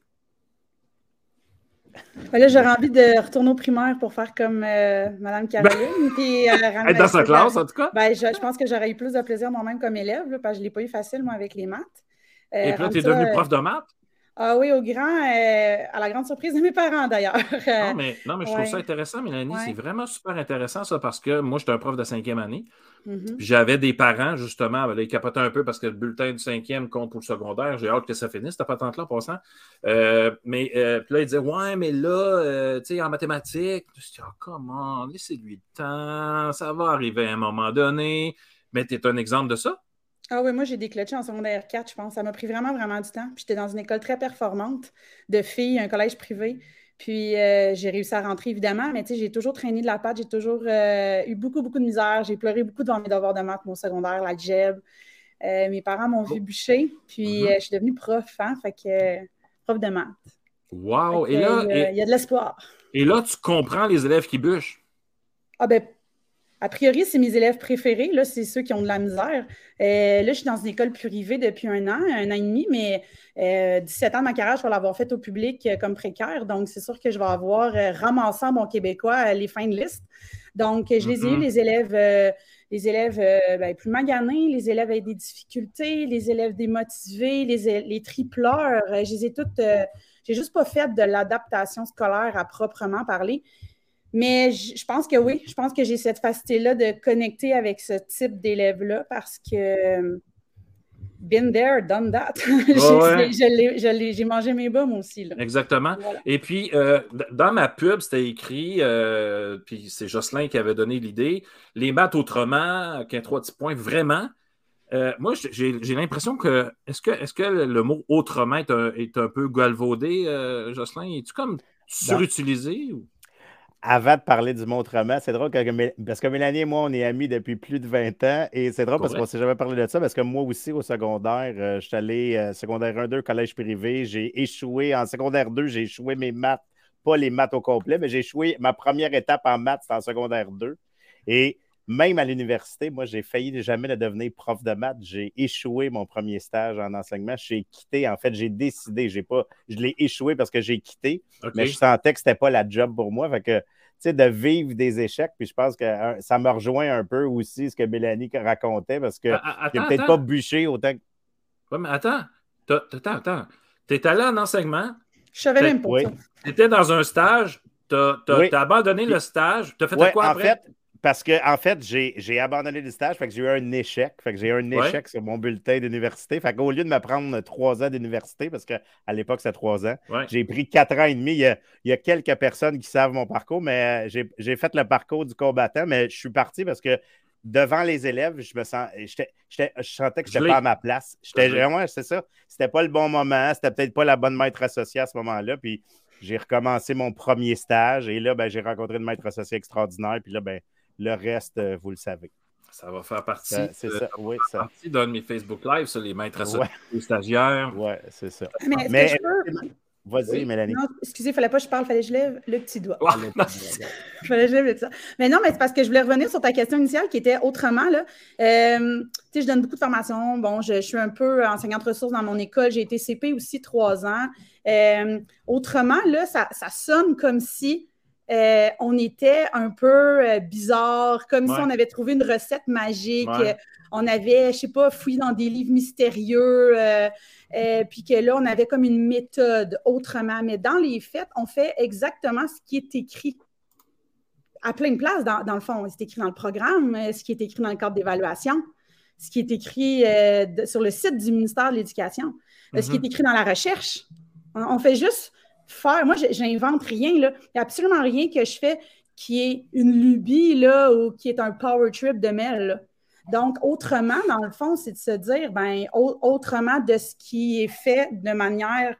Ben là, j'aurais envie de retourner au primaire pour faire comme Mme Caroline. Puis, être dans sa classe, en tout cas? Ben, je pense que j'aurais eu plus de plaisir moi-même comme élève, là, parce que je ne l'ai pas eu facile, moi, avec les maths. Et puis là, tu es devenu prof de maths? Ah oui, à la grande surprise de mes parents, d'ailleurs. Non, mais je trouve ça intéressant, Mélanie. Ouais. C'est vraiment super intéressant, ça, parce que moi, j'étais un prof de 5e année. Mm-hmm. J'avais des parents, justement, là, ils capotaient un peu parce que le bulletin du 5e compte pour le secondaire. J'ai hâte que ça finisse, cette patente-là, en passant. Puis là, ils disaient, ouais, mais là, tu sais, en mathématiques, je dis, comment, laissez-lui le temps, ça va arriver à un moment donné. Mais tu es un exemple de ça? Ah oui, moi, j'ai déclenché en secondaire 4, je pense. Ça m'a pris vraiment, vraiment du temps. Puis j'étais dans une école très performante de filles, un collège privé. Puis j'ai réussi à rentrer, évidemment, mais tu sais, j'ai toujours traîné de la patte. J'ai toujours eu beaucoup, beaucoup de misère. J'ai pleuré beaucoup devant mes devoirs de maths, mon secondaire, la GEB. Mes parents m'ont vu bûcher. Puis je suis devenue prof, hein, fait que prof de maths. Wow! Et là, il y a de l'espoir. Et là, tu comprends les élèves qui bûchent? Ah ben, a priori, c'est mes élèves préférés. Là, c'est ceux qui ont de la misère. Là, je suis dans une école privée depuis un an et demi, mais 17 ans de ma carrière, je vais l'avoir faite au public comme précaire. Donc, c'est sûr que je vais avoir ramassé en bon québécois les fins de liste. Donc, je les ai eus, les élèves plus maganés, les élèves avec des difficultés, les élèves démotivés, les tripleurs. Je les ai toutes... j'ai juste pas fait de l'adaptation scolaire à proprement parler. Mais je pense que oui, je pense que j'ai cette facilité-là de connecter avec ce type d'élèves-là parce que been there, done that. J'ai mangé mes bas, moi aussi. Là. Exactement. Voilà. Et puis, dans ma pub, c'était écrit, puis c'est Jocelyn qui avait donné l'idée, les maths autrement, avec un 3 petits points, vraiment. Moi, j'ai l'impression que, est-ce que le mot autrement est un peu galvaudé, Jocelyn? Es-tu comme surutilisé? Ou? Avant de parler du mot autrement, c'est drôle parce que Mélanie et moi, on est amis depuis plus de 20 ans et c'est drôle parce qu'on ne s'est jamais parlé de ça parce que moi aussi, au secondaire, je suis allé secondaire 1-2, collège privé. J'ai échoué. En secondaire 2, j'ai échoué mes maths, pas les maths au complet, mais j'ai échoué ma première étape en maths, c'était en secondaire 2. Et même à l'université, moi, j'ai failli jamais de devenir prof de maths. J'ai échoué mon premier stage en enseignement. J'ai quitté. En fait, j'ai décidé. Je l'ai échoué parce que j'ai quitté, mais je sentais que c'était pas la job pour moi. Fait que, tu sais, de vivre des échecs, puis je pense que ça me rejoint un peu aussi ce que Mélanie racontait parce que j'ai peut-être pas bûché autant que... Oui, mais attends. T'es allé en enseignement. Je savais même pas ça. T'étais dans un stage. T'as abandonné le stage. T'as fait quoi après? Parce que, en fait, j'ai abandonné le stage, fait que j'ai eu un échec. Fait que j'ai eu un échec sur mon bulletin d'université. Fait qu'au lieu de me prendre 3 ans d'université, parce qu'à l'époque, c'était 3 ans, j'ai pris 4 ans et demi. Il y a quelques personnes qui savent mon parcours, mais j'ai fait le parcours du combattant, mais je suis parti parce que devant les élèves, je sentais que je n'étais pas à ma place. C'est ça. C'était pas le bon moment. C'était peut-être pas la bonne maître associée à ce moment-là. Puis j'ai recommencé mon premier stage et là, j'ai rencontré une maître associée extraordinaire. Puis là, le reste, vous le savez. Ça va faire partie, partie d'un de mes Facebook Live sur les maîtres associés, les stagiaires. Oui, c'est ça. Mais est-ce que je peux... Vas-y, Mélanie. Non, excusez, il ne fallait pas que je parle, il fallait que je lève le petit doigt. Il fallait que je lève le petit doigt. Mais non, mais c'est parce que je voulais revenir sur ta question initiale qui était autrement. Là. Je donne beaucoup de formations. Bon, je suis un peu enseignante ressources dans mon école. J'ai été CP aussi 3 ans. Autrement, là, ça sonne comme si on était un peu bizarre, comme si on avait trouvé une recette magique. On avait, je ne sais pas, fouillé dans des livres mystérieux. Puis que là, on avait comme une méthode autrement. Mais dans les faits, on fait exactement ce qui est écrit à plein de places, dans le fond. C'est écrit dans le programme, ce qui est écrit dans le cadre d'évaluation, ce qui est écrit sur le site du ministère de l'Éducation, ce qui est écrit dans la recherche. On fait juste faire... Moi, j'invente rien. Là. Il n'y a absolument rien que je fais qui est une lubie là, ou qui est un power trip de Mel, là. Donc, autrement, dans le fond, c'est de se dire, autrement de ce qui est fait de manière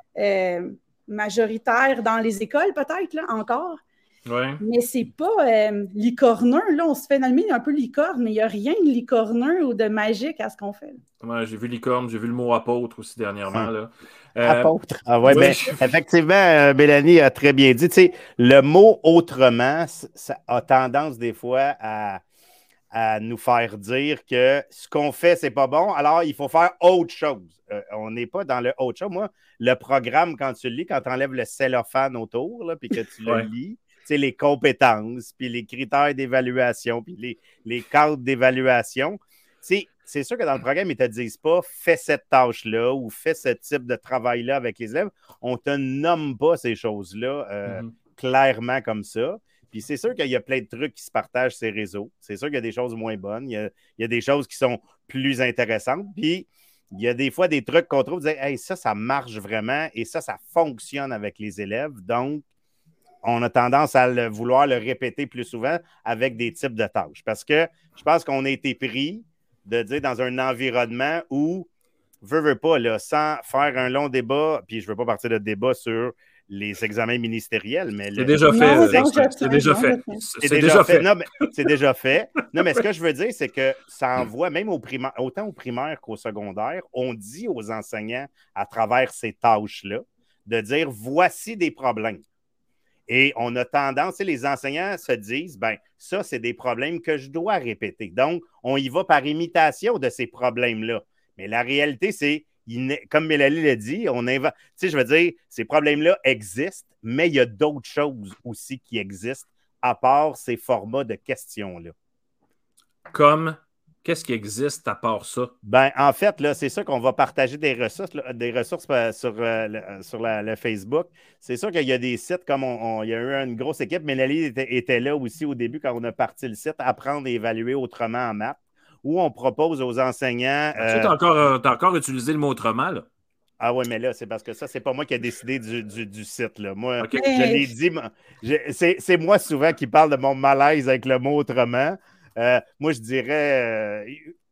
majoritaire dans les écoles, peut-être, là, encore. Ouais. Mais c'est pas licorneux, là, on se fait nommer un peu licorne, mais il n'y a rien de licorneux ou de magique à ce qu'on fait. Ouais, j'ai vu licorne, j'ai vu le mot apôtre aussi dernièrement. Là. Apôtre. Ah ouais, mais effectivement, Mélanie a très bien dit, tu sais, le mot autrement, ça a tendance des fois à nous faire dire que ce qu'on fait, c'est pas bon, alors il faut faire autre chose. On n'est pas dans le autre chose. Moi, le programme, quand tu le lis, quand tu enlèves le cellophane autour, là, puis que tu le lis, tu sais, les compétences, puis les critères d'évaluation, puis les cadres d'évaluation, c'est sûr que dans le programme, ils ne te disent pas « fais cette tâche-là » ou « fais ce type de travail-là avec les élèves ». On ne te nomme pas ces choses-là clairement comme ça. Puis c'est sûr qu'il y a plein de trucs qui se partagent sur ces réseaux. C'est sûr qu'il y a des choses moins bonnes. Il y a des choses qui sont plus intéressantes. Puis il y a des fois des trucs qu'on trouve, dire hey, ça marche vraiment et ça fonctionne avec les élèves. Donc, on a tendance à vouloir le répéter plus souvent avec des types de tâches. Parce que je pense qu'on a été pris de dire dans un environnement où, veux pas, là, sans faire un long débat, puis je ne veux pas partir de débat sur les examens ministériels, mais... C'est déjà fait. C'est déjà fait. C'est déjà fait. Non, mais c'est déjà fait. Non, mais ce que je veux dire, c'est que ça envoie, même autant au primaire qu'au secondaire, on dit aux enseignants, à travers ces tâches-là, de dire, voici des problèmes. Et on a tendance, les enseignants se disent, ça, c'est des problèmes que je dois répéter. Donc, on y va par imitation de ces problèmes-là. Mais la réalité, c'est comme Mélanie l'a dit, on invente. Tu sais, je veux dire, ces problèmes-là existent, mais il y a d'autres choses aussi qui existent à part ces formats de questions-là. Comme, qu'est-ce qui existe à part ça? En fait, là, c'est sûr qu'on va partager des ressources sur le Facebook. C'est sûr qu'il y a des sites comme il y a eu une grosse équipe. Mélanie était là aussi au début quand on a parti le site, Apprendre et évaluer autrement en maths, où on propose aux enseignants... Tu as encore utilisé le mot autrement, là? Ah oui, mais là, c'est parce que ça, c'est pas moi qui ai décidé du site, là. Moi, je l'ai dit, c'est moi souvent qui parle de mon malaise avec le mot autrement. Moi, je dirais,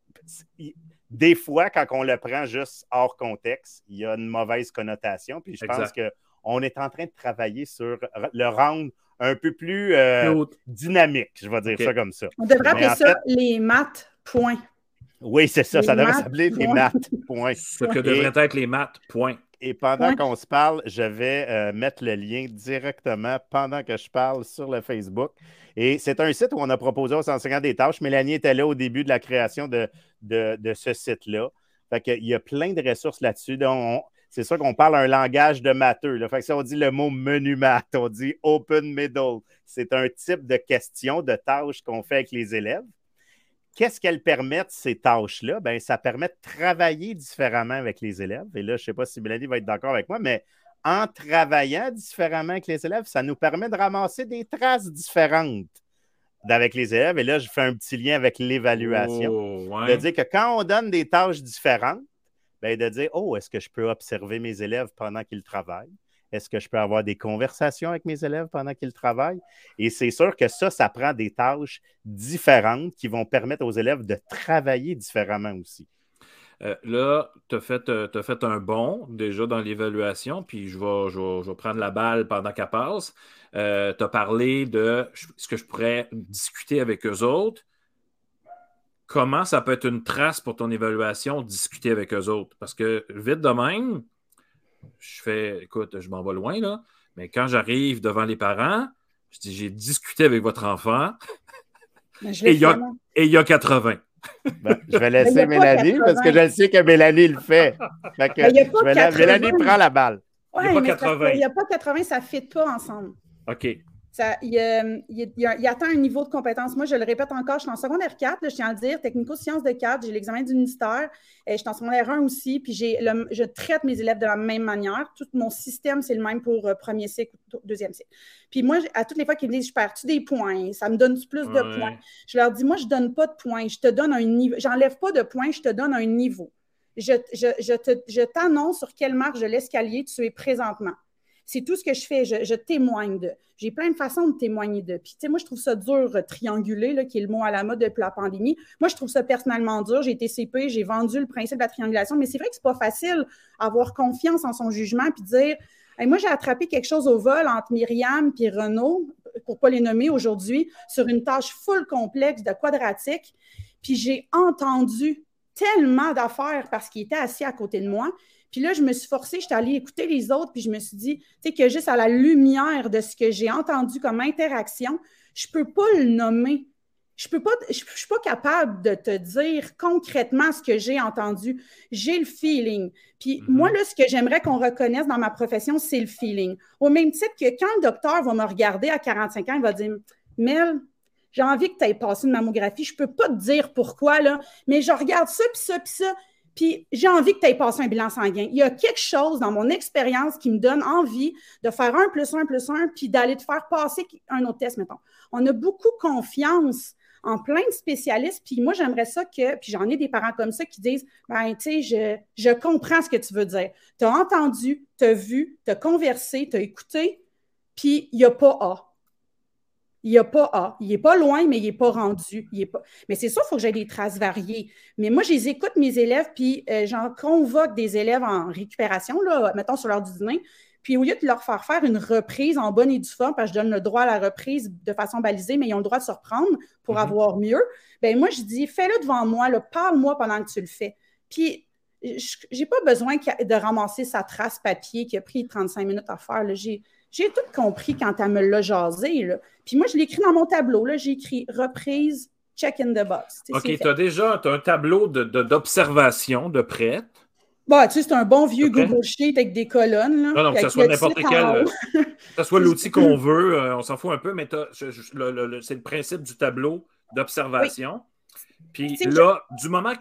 des fois, quand on le prend juste hors contexte, il y a une mauvaise connotation, puis je pense qu'on est en train de travailler sur le rendre un peu plus dynamique, je vais dire ça comme ça. On devrait appeler ça les maths, point. Oui, c'est ça, ça devrait s'appeler les maths, point. Ce que devraient être les maths, point. Et pendant qu'on se parle, je vais mettre le lien directement pendant que je parle sur le Facebook. Et c'est un site où on a proposé aux enseignants des tâches. Mélanie était là au début de la création de ce site-là. Fait qu'il y a plein de ressources là-dessus. Donc, c'est sûr qu'on parle un langage de matheux. Là. Fait que si on dit le mot menu maths, on dit open middle. C'est un type de question, de tâches qu'on fait avec les élèves. Qu'est-ce qu'elles permettent, ces tâches-là? Ça permet de travailler différemment avec les élèves. Et là, je ne sais pas si Mélanie va être d'accord avec moi, mais en travaillant différemment avec les élèves, ça nous permet de ramasser des traces différentes avec les élèves. Et là, je fais un petit lien avec l'évaluation. De dire que quand on donne des tâches différentes, de dire, est-ce que je peux observer mes élèves pendant qu'ils travaillent? Est-ce que je peux avoir des conversations avec mes élèves pendant qu'ils travaillent? Et c'est sûr que ça prend des tâches différentes qui vont permettre aux élèves de travailler différemment aussi. Là, tu as fait un bond déjà dans l'évaluation, puis je vais prendre la balle pendant qu'elle passe. Tu as parlé de ce que je pourrais discuter avec eux autres. comment ça peut être une trace pour ton évaluation, discuter avec eux autres. Parce que vite de même, écoute, je m'en vais loin, là, mais quand j'arrive devant les parents, je dis, j'ai discuté avec votre enfant et il y a 80. Je vais laisser Mélanie parce que je sais que Mélanie le fait. Mélanie prend la balle. Oui, il n'y a pas 80, ça ne fit pas ensemble. OK. Il atteint un niveau de compétence. Moi, je le répète encore, je suis en secondaire 4, là, je tiens à le dire, technico-sciences de 4, j'ai l'examen du ministère, je suis en secondaire 1 aussi, puis je traite mes élèves de la même manière. Tout mon système, c'est le même pour premier cycle ou deuxième cycle. Puis moi, à toutes les fois qu'ils me disent, je perds-tu des points? Ça me donne plus de points? Je leur dis, moi, je ne donne pas de points, je te donne un niveau. J'enlève pas de points, je te donne un niveau. Je t'annonce sur quelle marche de l'escalier tu es présentement. C'est tout ce que je fais, je témoigne de. J'ai plein de façons de témoigner de. Puis, tu sais, moi, je trouve ça dur, trianguler, là, qui est le mot à la mode depuis la pandémie. Moi, je trouve ça personnellement dur. J'ai été CP, j'ai vendu le principe de la triangulation, mais c'est vrai que c'est pas facile d'avoir confiance en son jugement puis dire hey, moi, j'ai attrapé quelque chose au vol entre Myriam et Renaud, pour ne pas les nommer aujourd'hui, sur une tâche full complexe de quadratique. Puis, j'ai entendu tellement d'affaires parce qu'il était assis à côté de moi. Puis là, je me suis forcée, j'étais allée écouter les autres, puis je me suis dit, tu sais, que juste à la lumière de ce que j'ai entendu comme interaction, je ne peux pas le nommer. Je ne suis pas capable de te dire concrètement ce que j'ai entendu. J'ai le feeling. Puis moi, là, ce que j'aimerais qu'on reconnaisse dans ma profession, c'est le feeling. Au même titre que quand le docteur va me regarder à 45 ans, il va dire, Mel, j'ai envie que tu aies passé une mammographie. Je ne peux pas te dire pourquoi, là, mais je regarde ça, puis ça, puis ça. Puis j'ai envie que tu aies passé un bilan sanguin. Il y a quelque chose dans mon expérience qui me donne envie de faire 1 + 1 + 1, puis d'aller te faire passer un autre test, mettons. On a beaucoup confiance en plein de spécialistes, puis moi, j'aimerais ça que, puis j'en ai des parents comme ça qui disent, ben, tu sais, je comprends ce que tu veux dire. Tu as entendu, tu as vu, tu as conversé, tu as écouté, puis il n'y a pas A. Il n'y a pas A. Il n'est pas loin, mais il n'est pas rendu. Mais c'est sûr, il faut que j'aie des traces variées. Mais moi, je les écoute, mes élèves, puis j'en convoque des élèves en récupération, là, mettons sur l'heure du dîner. Puis au lieu de leur faire une reprise en bonne et due forme, parce que je donne le droit à la reprise de façon balisée, mais ils ont le droit de se reprendre pour avoir mieux, bien moi, je dis, fais-le devant moi, parle-moi pendant que tu le fais. Puis je n'ai pas besoin de ramasser sa trace papier qui a pris 35 minutes à faire. Là. J'ai tout compris quand elle me l'a jasé. Là. Puis moi, je l'ai écrit dans mon tableau. Là. J'ai écrit reprise, check in the box. OK, tu as un tableau d'observation de prête. Bah, tu sais, c'est un bon vieux Google Sheet avec des colonnes. Là, non, que ce soit n'importe quel. Que ce soit l'outil qu'on veut, on s'en fout un peu, mais c'est le principe du tableau d'observation. Oui. Puis là, du moment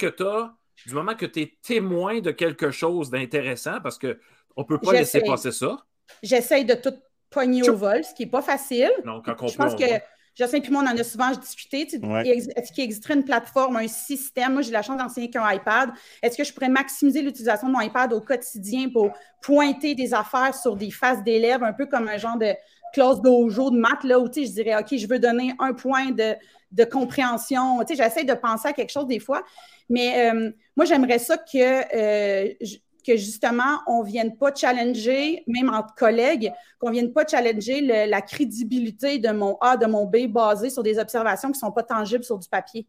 que tu es témoin de quelque chose d'intéressant, parce qu'on ne peut pas laisser passer ça. J'essaye de tout pogner au vol, ce qui n'est pas facile. Non, quand je pense que Jocelyne et moi, on en a souvent discuté. Est-ce qu'il existerait une plateforme, un système? Moi, j'ai la chance d'enseigner qu'un iPad. Est-ce que je pourrais maximiser l'utilisation de mon iPad au quotidien pour pointer des affaires sur des faces d'élèves, un peu comme un genre de classe dojo de maths, là, où je dirais, OK, je veux donner un point de compréhension. J'essaie de penser à quelque chose des fois. Mais moi, j'aimerais ça que justement, on ne vienne pas challenger, même entre collègues, qu'on ne vienne pas challenger la crédibilité de mon A, de mon B, basée sur des observations qui ne sont pas tangibles sur du papier.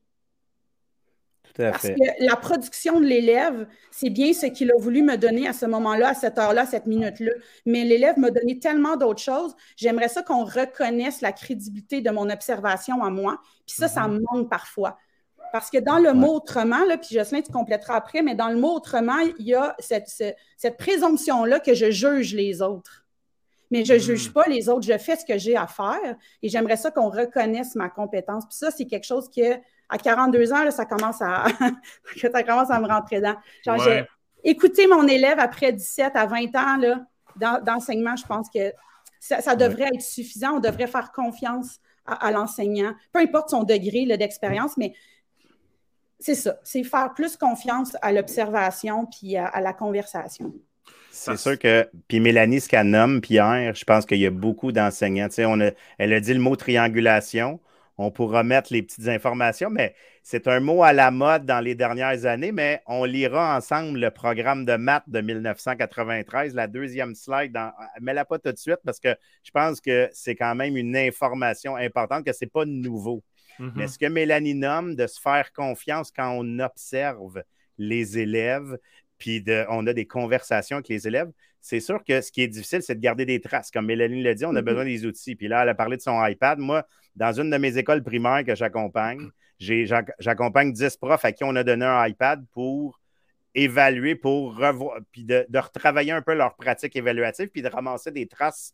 Tout à fait. Parce que la production de l'élève, c'est bien ce qu'il a voulu me donner à ce moment-là, à cette heure-là, à cette minute-là. Mais l'élève m'a donné tellement d'autres choses. J'aimerais ça qu'on reconnaisse la crédibilité de mon observation à moi. Puis ça me manque parfois. Parce que dans le mot autrement, là, puis Jocelyne, tu compléteras après, mais dans le mot autrement, il y a cette présomption-là que je juge les autres. Mais je ne juge pas les autres, je fais ce que j'ai à faire et j'aimerais ça qu'on reconnaisse ma compétence. Puis ça, c'est quelque chose que à 42 ans, là, ça commence à me rentrer dedans. Genre, j'ai écouté mon élève après 17 à 20 ans là, d'enseignement, je pense que ça devrait être suffisant. On devrait faire confiance à l'enseignant, peu importe son degré là, d'expérience, mais c'est ça, c'est faire plus confiance à l'observation puis à la conversation. C'est sûr que, puis Mélanie, ce qu'elle nomme, Pierre, je pense qu'il y a beaucoup d'enseignants. Tu sais, elle a dit le mot triangulation. On pourra mettre les petites informations, mais c'est un mot à la mode dans les dernières années, mais on lira ensemble le programme de maths de 1993, la deuxième slide. Mets-la pas tout de suite parce que je pense que c'est quand même une information importante, que ce n'est pas nouveau. Mais ce que Mélanie nomme, de se faire confiance quand on observe les élèves, puis on a des conversations avec les élèves, c'est sûr que ce qui est difficile, c'est de garder des traces. Comme Mélanie l'a dit, on a besoin des outils. Puis là, elle a parlé de son iPad. Moi, dans une de mes écoles primaires que j'accompagne, j'accompagne 10 profs à qui on a donné un iPad pour évaluer, pour revoir, puis de retravailler un peu leur pratique évaluative, puis de ramasser des traces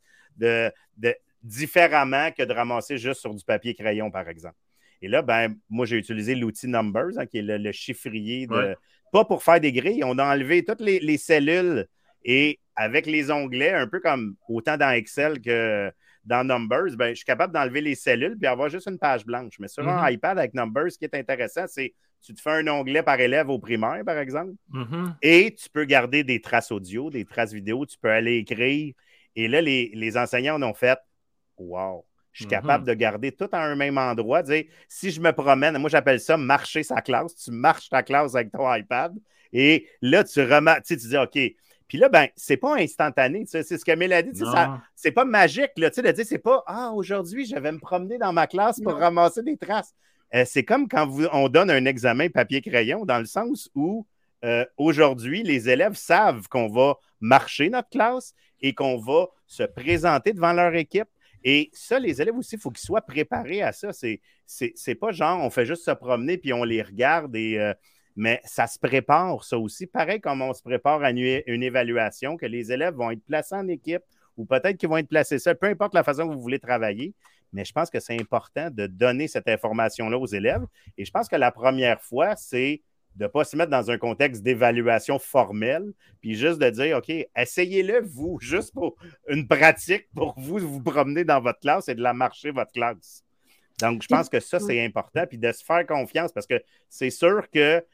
différemment que de ramasser juste sur du papier crayon, par exemple. Et là, moi, j'ai utilisé l'outil Numbers, qui est le chiffrier pas pour faire des grilles. On a enlevé toutes les cellules et avec les onglets, un peu comme autant dans Excel que dans Numbers, je suis capable d'enlever les cellules puis avoir juste une page blanche. Mais sur un iPad avec Numbers, ce qui est intéressant, c'est tu te fais un onglet par élève au primaire, par exemple, et tu peux garder des traces audio, des traces vidéo, tu peux aller écrire. Et là, les enseignants en ont fait « Wow! » Je suis capable de garder tout à un même endroit. Dire, si je me promène, moi j'appelle ça marcher sa classe. Tu marches ta classe avec ton iPad et là, tu dis OK. Puis là, c'est pas instantané. C'est ce que Mélanie dit. C'est pas magique. Là, de dire, c'est pas aujourd'hui, je vais me promener dans ma classe pour ramasser des traces. C'est comme quand on donne un examen papier-crayon, dans le sens où aujourd'hui, les élèves savent qu'on va marcher notre classe et qu'on va se présenter devant leur équipe. Et ça, les élèves aussi, il faut qu'ils soient préparés à ça. C'est pas genre, on fait juste se promener puis on les regarde, mais ça se prépare, ça aussi. Pareil comme on se prépare à une évaluation, que les élèves vont être placés en équipe ou peut-être qu'ils vont être placés seuls, peu importe la façon que vous voulez travailler. Mais je pense que c'est important de donner cette information-là aux élèves. Et je pense que la première fois, c'est de ne pas se mettre dans un contexte d'évaluation formelle, puis juste de dire, OK, essayez-le, vous, juste pour une pratique, pour vous promener dans votre classe et de la marcher, votre classe. Donc, je pense que ça, c'est important, puis de se faire confiance, parce que c'est sûr que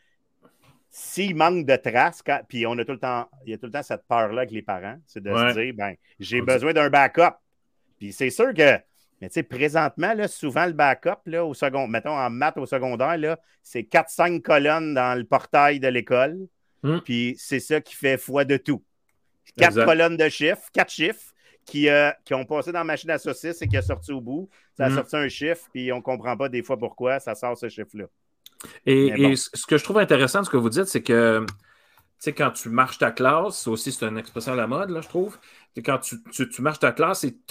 s'il manque de traces, puis il y a tout le temps cette peur-là avec les parents, c'est de se dire, j'ai besoin d'un backup. Puis c'est sûr que mais tu sais, présentement, là, souvent, le backup, là, mettons en maths au secondaire, là, c'est 4-5 colonnes dans le portail de l'école. Puis c'est ça qui fait foi de tout. 4 colonnes de chiffres, 4 chiffres qui ont passé dans la machine à saucisse et qui a sorti au bout. Ça a sorti un chiffre, puis on ne comprend pas des fois pourquoi ça sort ce chiffre-là. Et ce que je trouve intéressant de ce que vous dites, c'est que tu sais, quand tu marches ta classe, ça aussi, c'est une expression à la mode, là, je trouve. Quand tu marches ta classe et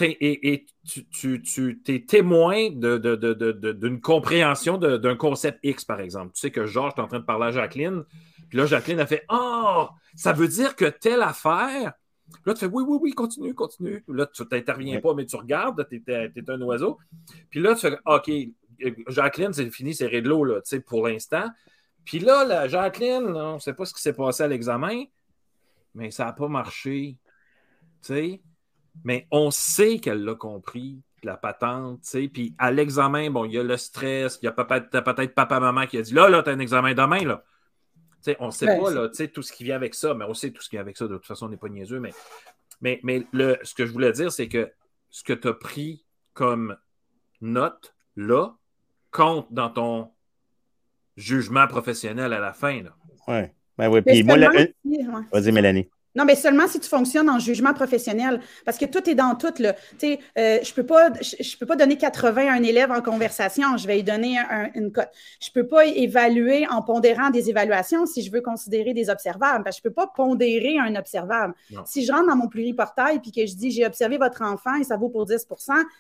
tu es témoin d'une compréhension d'un concept X, par exemple. Tu sais que Georges est en train de parler à Jacqueline, puis là, Jacqueline a fait « Ah, ça veut dire que telle affaire… » Là, tu fais « Oui, continue. » Là, tu n'interviens pas, mais tu regardes, tu es un oiseau. Puis là, tu fais « OK, Jacqueline, c'est fini, c'est réglé là, tu sais, pour l'instant. » Puis là, Jacqueline, on ne sait pas ce qui s'est passé à l'examen, mais ça n'a pas marché. T'sais? Mais on sait qu'elle l'a compris, la patente. T'sais? Puis à l'examen, bon, il y a le stress, il y a peut-être papa-maman qui a dit là, tu as un examen demain. Là. T'sais, on ne sait pas là, tout ce qui vient avec ça, mais on sait tout ce qui vient avec ça. De toute façon, on n'est pas niaiseux. Mais ce que je voulais dire, c'est que ce que tu as pris comme note là compte dans ton jugement professionnel à la fin. Oui. Puis moi, vas-y, Mélanie. Non, mais seulement si tu fonctionnes en jugement professionnel, parce que tout est dans tout. Là. Je peux pas donner 80 à un élève en conversation, je vais lui donner une cote. Je ne peux pas évaluer en pondérant des évaluations si je veux considérer des observables, parce que je ne peux pas pondérer un observable. Non. Si je rentre dans mon pluriportail et que je dis « j'ai observé votre enfant et ça vaut pour 10 »,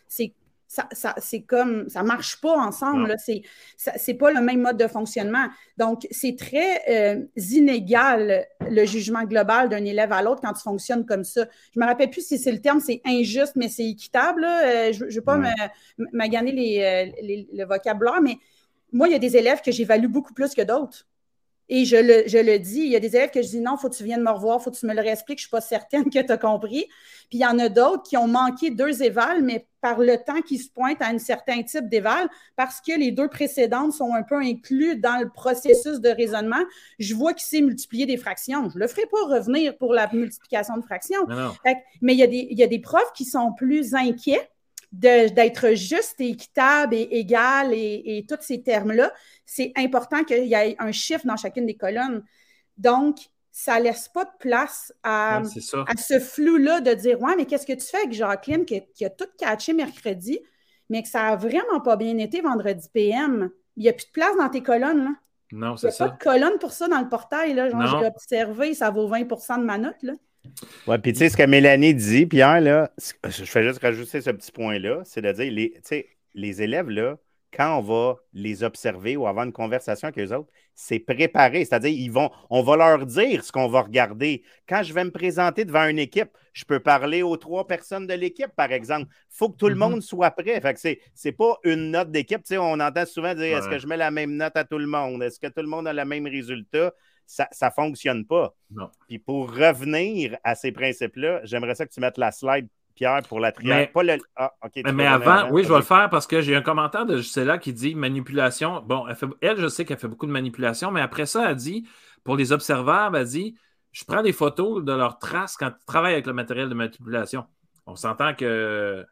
c'est comme, ça ne marche pas ensemble. Là. C'est pas le même mode de fonctionnement. Donc, c'est très inégal le jugement global d'un élève à l'autre quand tu fonctionnes comme ça. Je ne me rappelle plus si c'est le terme, c'est injuste, mais c'est équitable. Je ne veux pas maganer le vocabulaire, mais moi, il y a des élèves que j'évalue beaucoup plus que d'autres. Et je le dis, il y a des élèves que je dis non, il faut que tu viennes me revoir, il faut que tu me le réexpliques, je ne suis pas certaine que tu as compris. Puis il y en a d'autres qui ont manqué 2 évals, mais par le temps qu'ils se pointent à un certain type d'éval, parce que les 2 précédentes sont un peu inclus dans le processus de raisonnement, je vois qu'il sait multiplier des fractions. Je ne le ferai pas revenir pour la multiplication de fractions. Mais il y a des profs qui sont plus inquiets d'être juste et équitable et égal et tous ces termes-là. C'est important qu'il y ait un chiffre dans chacune des colonnes. Donc, ça ne laisse pas de place à ce flou-là de dire « Ouais, mais qu'est-ce que tu fais avec Jacqueline qui a tout catché mercredi? mais que ça a vraiment pas bien été vendredi PM. Il n'y a plus de place dans tes colonnes, là. Non, c'est ça. Il n'y a pas de colonne pour ça dans le portail, là. Genre, j'ai observé, ça vaut 20 de ma note, là. Oui, puis tu sais, ce que Mélanie dit, Pierre, là, je fais juste rajouter ce petit point-là, c'est de dire, les élèves, là, quand on va les observer ou avoir une conversation avec eux autres, c'est préparé. C'est-à-dire, on va leur dire ce qu'on va regarder. Quand je vais me présenter devant une équipe, je peux parler aux 3 personnes de l'équipe, par exemple. Il faut que tout le monde soit prêt. Fait que c'est pas une note d'équipe. Tu sais, on entend souvent dire, est-ce que je mets la même note à tout le monde? Est-ce que tout le monde a le même résultat? Ça ne fonctionne pas. Non. Puis pour revenir à ces principes-là, j'aimerais ça que tu mettes la slide, Pierre, pour la triangulation. Mais avant, oui, je vais le faire parce que j'ai un commentaire de Gisela qui dit manipulation. Bon, elle, je sais qu'elle fait beaucoup de manipulation, mais après ça, elle dit, pour les observables, elle dit, je prends des photos de leurs traces quand ils travaillent avec le matériel de manipulation. On s'entend qu'elle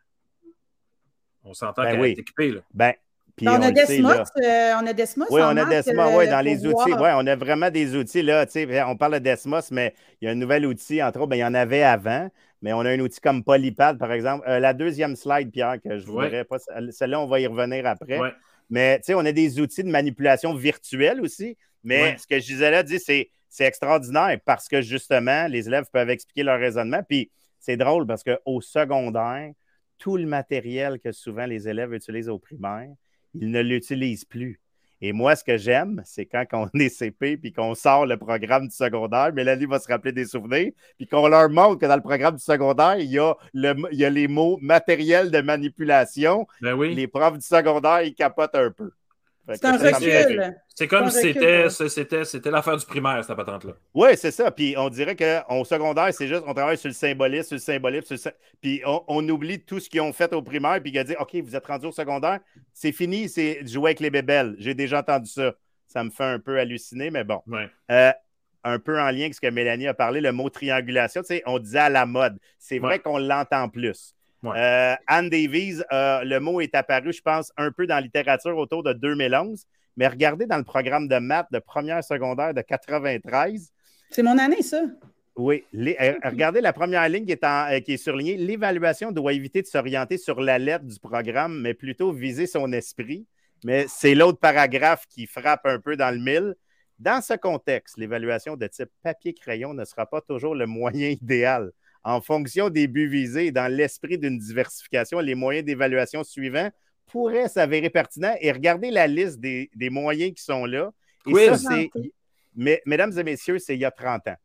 est équipée, là. Puis on a Desmos. Oui, on a Desmos, dans les outils. Oui, on a vraiment des outils. Là, on parle de Desmos, mais il y a un nouvel outil, entre autres, il y en avait avant, mais on a un outil comme Polypad, par exemple. La deuxième slide, Pierre, que je ne voudrais pas. Celle-là, on va y revenir après. Ouais. Mais on a des outils de manipulation virtuelle aussi. Mais ce que Gisela dit, c'est extraordinaire parce que justement, les élèves peuvent expliquer leur raisonnement. Puis c'est drôle parce qu'au secondaire, tout le matériel que souvent les élèves utilisent au primaire, ils ne l'utilisent plus. Et moi, ce que j'aime, c'est quand on est CP puis qu'on sort le programme du secondaire, Mélanie va se rappeler des souvenirs, puis qu'on leur montre que dans le programme du secondaire, il y a les mots matériel de manipulation. Ben oui. Les profs du secondaire, ils capotent un peu. C'est un recul. C'est comme si c'était l'affaire du primaire, cette patente-là. Oui, c'est ça. Puis on dirait qu'au secondaire, c'est juste, on travaille sur le symbolisme, puis on oublie tout ce qu'ils ont fait au primaire, puis il a dit, OK, vous êtes rendu au secondaire, c'est fini, c'est jouer avec les bébelles. J'ai déjà entendu ça. Ça me fait un peu halluciner, mais bon. Ouais. Un peu en lien avec ce que Mélanie a parlé, le mot triangulation, on disait à la mode. C'est vrai qu'on l'entend plus. Ouais. Anne Davies, le mot est apparu, je pense, un peu dans la littérature autour de 2011, mais regardez dans le programme de maths de première secondaire de 93. C'est mon année, ça. Oui. Regardez la première ligne qui est surlignée. L'évaluation doit éviter de s'orienter sur la lettre du programme, mais plutôt viser son esprit. Mais c'est l'autre paragraphe qui frappe un peu dans le mille. Dans ce contexte, l'évaluation de type papier-crayon ne sera pas toujours le moyen idéal. En fonction des buts visés et dans l'esprit d'une diversification, les moyens d'évaluation suivants pourraient s'avérer pertinents. Et regardez la liste des moyens qui sont là. Et oui, ça, mesdames et messieurs, c'est il y a 30 ans.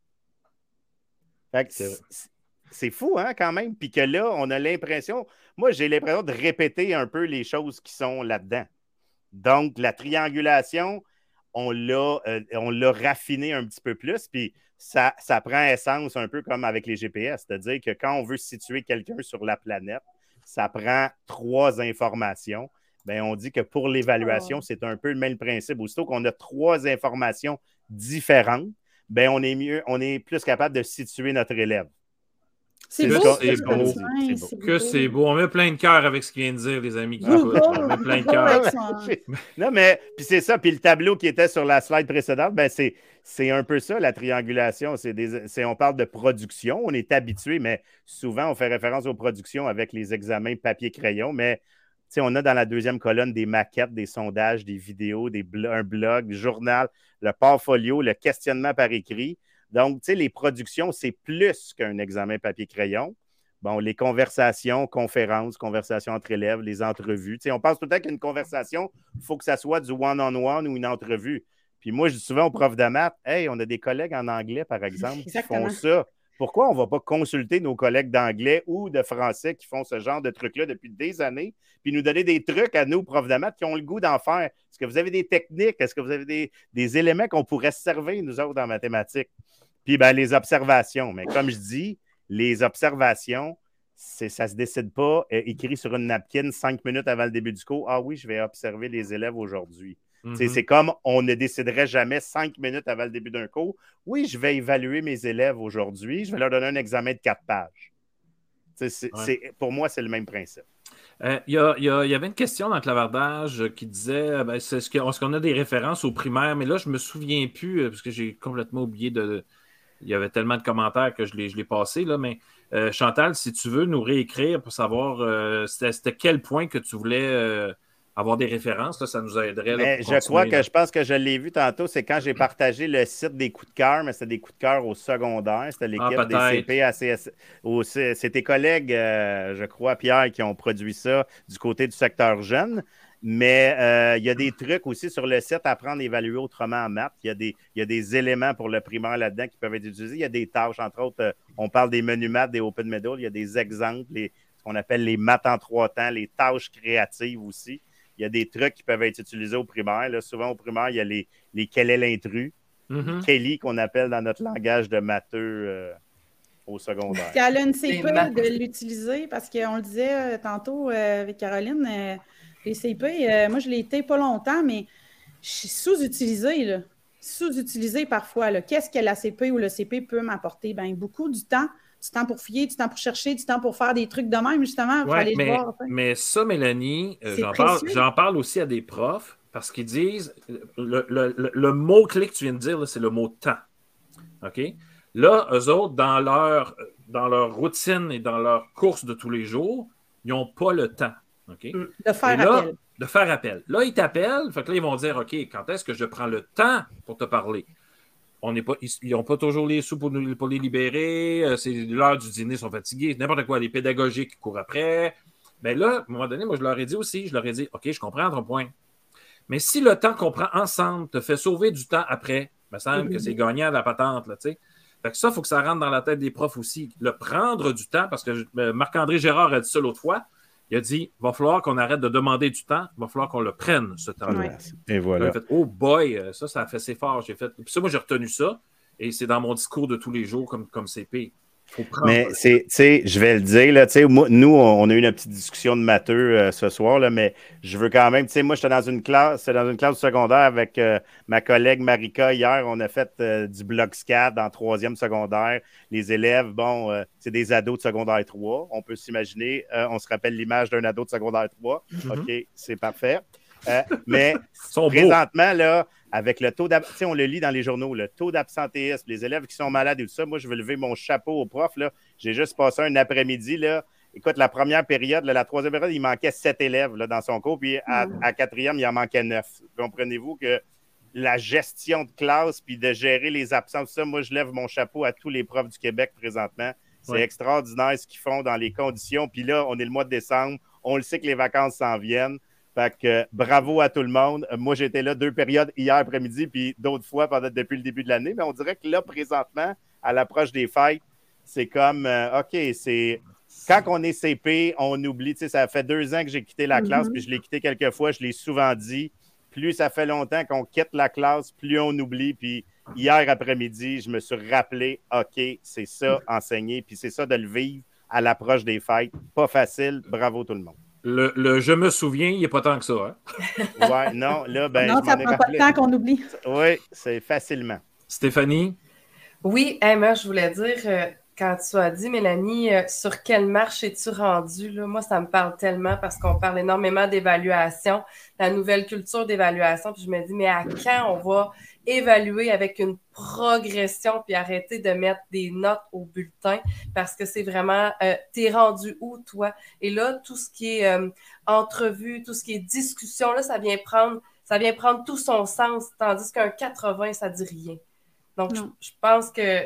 C'est fou, hein, quand même. Puis que là, on a l'impression, moi, j'ai l'impression de répéter un peu les choses qui sont là-dedans. Donc, la triangulation, on l'a raffiné un petit peu plus, puis ça prend essence un peu comme avec les GPS, c'est-à-dire que quand on veut situer quelqu'un sur la planète, ça prend 3 informations. Bien, on dit que pour l'évaluation, c'est un peu le même principe. Aussitôt qu'on a 3 informations différentes, bien, on est plus capable de situer notre élève. C'est beau. C'est beau. On met plein de cœur avec ce qu'il vient de dire, les amis. On met plein de cœur. Non, mais puis c'est ça. Puis le tableau qui était sur la slide précédente, ben c'est un peu ça, la triangulation. On parle de production. On est habitué, mais souvent, on fait référence aux productions avec les examens papier-crayon. Mais on a dans la deuxième colonne des maquettes, des sondages, des vidéos, un blog, le journal, le portfolio, le questionnement par écrit. Donc, tu sais, les productions, c'est plus qu'un examen papier-crayon. Bon, les conversations, conférences, conversations entre élèves, les entrevues. Tu sais, on pense tout le temps qu'une conversation, il faut que ça soit du one-on-one ou une entrevue. Puis moi, je dis souvent aux profs de maths, « Hey, on a des collègues en anglais, par exemple, qui font ça. Pourquoi on ne va pas consulter nos collègues d'anglais ou de français qui font ce genre de trucs-là depuis des années, puis nous donner des trucs à nous, profs de maths, qui ont le goût d'en faire? Est-ce que vous avez des techniques? Est-ce que vous avez des éléments qu'on pourrait se servir, nous autres, en mathématiques? » Puis ben, les observations. Mais comme je dis, les observations, ça ne se décide pas écrit sur une napkin 5 minutes avant le début du cours. Ah oui, je vais observer les élèves aujourd'hui. Mm-hmm. C'est comme on ne déciderait jamais 5 minutes avant le début d'un cours. Oui, je vais évaluer mes élèves aujourd'hui. Je vais leur donner un examen de 4 pages. Pour moi, c'est le même principe. Il y avait une question dans le clavardage qui disait est-ce qu'on a des références aux primaires? Mais là, je ne me souviens plus parce que j'ai complètement oublié de il y avait tellement de commentaires que je l'ai passé, là, mais Chantal, si tu veux nous réécrire pour savoir c'était quel point que tu voulais avoir des références, là, ça nous aiderait. Là, je pense que je l'ai vu tantôt, c'est quand j'ai partagé le site des coups de cœur, mais c'était des coups de cœur au secondaire, c'était l'équipe des CP à CS. C'est tes collègues, je crois, Pierre, qui ont produit ça du côté du secteur jeune. Mais il y a des trucs aussi sur le site à apprendre à évaluer autrement en maths. Il y a des éléments pour le primaire là-dedans qui peuvent être utilisés. Il y a des tâches, entre autres, on parle des menus maths, des open middle. Il y a des exemples, ce qu'on appelle les maths en 3 temps, les tâches créatives aussi. Il y a des trucs qui peuvent être utilisés au primaire. Là, souvent au primaire, il y a les quel est l'intrus, Kelly qu'on appelle dans notre langage de matheux au secondaire. Puis elle a une CP de l'utiliser parce qu'on le disait tantôt avec Caroline. Les CP, moi, je l'ai été pas longtemps, mais je suis sous-utilisée, là. Sous-utilisée parfois, là. Qu'est-ce que la CP ou le CP peut m'apporter? Bien, beaucoup du temps pour fouiller, du temps pour chercher, du temps pour faire des trucs de même, justement, pour aller voir. Mais ça, Mélanie, j'en parle aussi à des profs parce qu'ils disent, le mot-clé que tu viens de dire, là, c'est le mot « temps ». OK? Là, eux autres, dans leur routine et dans leur course de tous les jours, ils n'ont pas le temps. Okay? De faire appel. De faire appel. Là, ils t'appellent. Fait que là, ils vont dire, OK, quand est-ce que je prends le temps pour te parler? Ils n'ont pas toujours les sous pour les libérer. C'est l'heure du dîner, ils sont fatigués. N'importe quoi. Les pédagogiques courent après. Mais là, à un moment donné, moi, je leur ai dit, OK, je comprends ton point. Mais si le temps qu'on prend ensemble te fait sauver du temps après, il me semble que c'est gagnant la patente, là, tu sais. Fait que ça, il faut que ça rentre dans la tête des profs aussi. Le prendre du temps, parce que Marc-André Gérard a dit ça l'autre fois. Il a dit, il va falloir qu'on arrête de demander du temps, il va falloir qu'on le prenne, ce temps-là. Ouais. Et voilà. J'ai fait, oh boy, ça a fait assez fort. Puis ça, moi, j'ai retenu ça, et c'est dans mon discours de tous les jours comme CP. Mais je vais le dire, là, nous, on a eu une petite discussion de matheux ce soir, là, mais je veux quand même, moi, j'étais dans une classe secondaire avec ma collègue Marika hier. On a fait du bloc SCAD en 3e secondaire. Les élèves, c'est des ados de secondaire 3. On peut s'imaginer, on se rappelle l'image d'un ado de secondaire 3. OK, c'est parfait. Mais présentement, là, avec le taux d'absentéisme, on le lit dans les journaux, le taux d'absentéisme, les élèves qui sont malades et tout ça, moi, je veux lever mon chapeau au prof. J'ai juste passé un après-midi. Là. Écoute, la première période, la 3e période, il manquait 7 élèves là, dans son cours, puis à 4e, il en manquait 9. Comprenez-vous que la gestion de classe puis de gérer les absences, ça, moi, je lève mon chapeau à tous les profs du Québec présentement. C'est extraordinaire ce qu'ils font dans les conditions. Puis là, on est le mois de décembre. On le sait que les vacances s'en viennent. Fait que bravo à tout le monde. Moi, j'étais là 2 périodes hier après-midi, puis d'autres fois depuis le début de l'année. Mais on dirait que là, présentement, à l'approche des fêtes, c'est comme, OK, c'est quand on est CP, on oublie. Ça fait 2 ans que j'ai quitté la classe, puis je l'ai quitté quelques fois, je l'ai souvent dit. Plus ça fait longtemps qu'on quitte la classe, plus on oublie. Puis hier après-midi, je me suis rappelé, OK, c'est ça, enseigner, puis c'est ça de le vivre à l'approche des fêtes. Pas facile. Bravo tout le monde. Le je me souviens, il n'est pas tant que ça. Hein? Ouais, non, là, non, ça prend pas de temps qu'on oublie. Oui, c'est facilement. Stéphanie? Oui, moi, je voulais dire, quand tu as dit, Mélanie, sur quelle marche es-tu rendue? Là? Moi, ça me parle tellement parce qu'on parle énormément d'évaluation, la nouvelle culture d'évaluation. Puis je me dis, mais à quand on va évaluer avec une progression puis arrêter de mettre des notes au bulletin parce que c'est vraiment, t'es rendu où, toi? Et là, tout ce qui est entrevue, tout ce qui est discussion, là, ça vient prendre tout son sens, tandis qu'un 80, ça dit rien. Donc, je pense que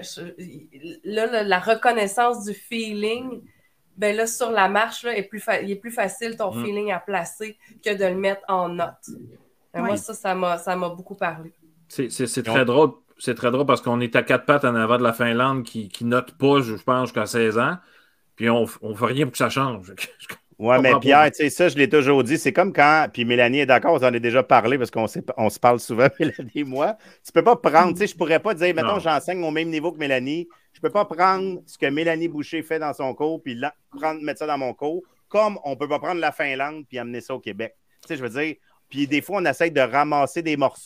là, la reconnaissance du feeling, ben là, sur la marche, là, il est plus facile ton feeling à placer que de le mettre en note. Moi, ça m'a beaucoup parlé. C'est très drôle. C'est très drôle parce qu'on est à 4 pattes en avant de la Finlande qui note pas, je pense, jusqu'à 16 ans. Puis on ne fait rien pour que ça change. Oui, mais Pierre, tu sais, ça, je l'ai toujours dit. C'est comme quand, puis Mélanie est d'accord, on en a déjà parlé parce qu'on se parle souvent, Mélanie et moi. Tu peux pas prendre, tu sais, je pourrais pas dire, mettons, j'enseigne au même niveau que Mélanie. Je peux pas prendre ce que Mélanie Boucher fait dans son cours puis mettre ça dans mon cours, comme on peut pas prendre la Finlande puis amener ça au Québec. Tu sais, je veux dire, puis des fois, on essaie de ramasser des morceaux.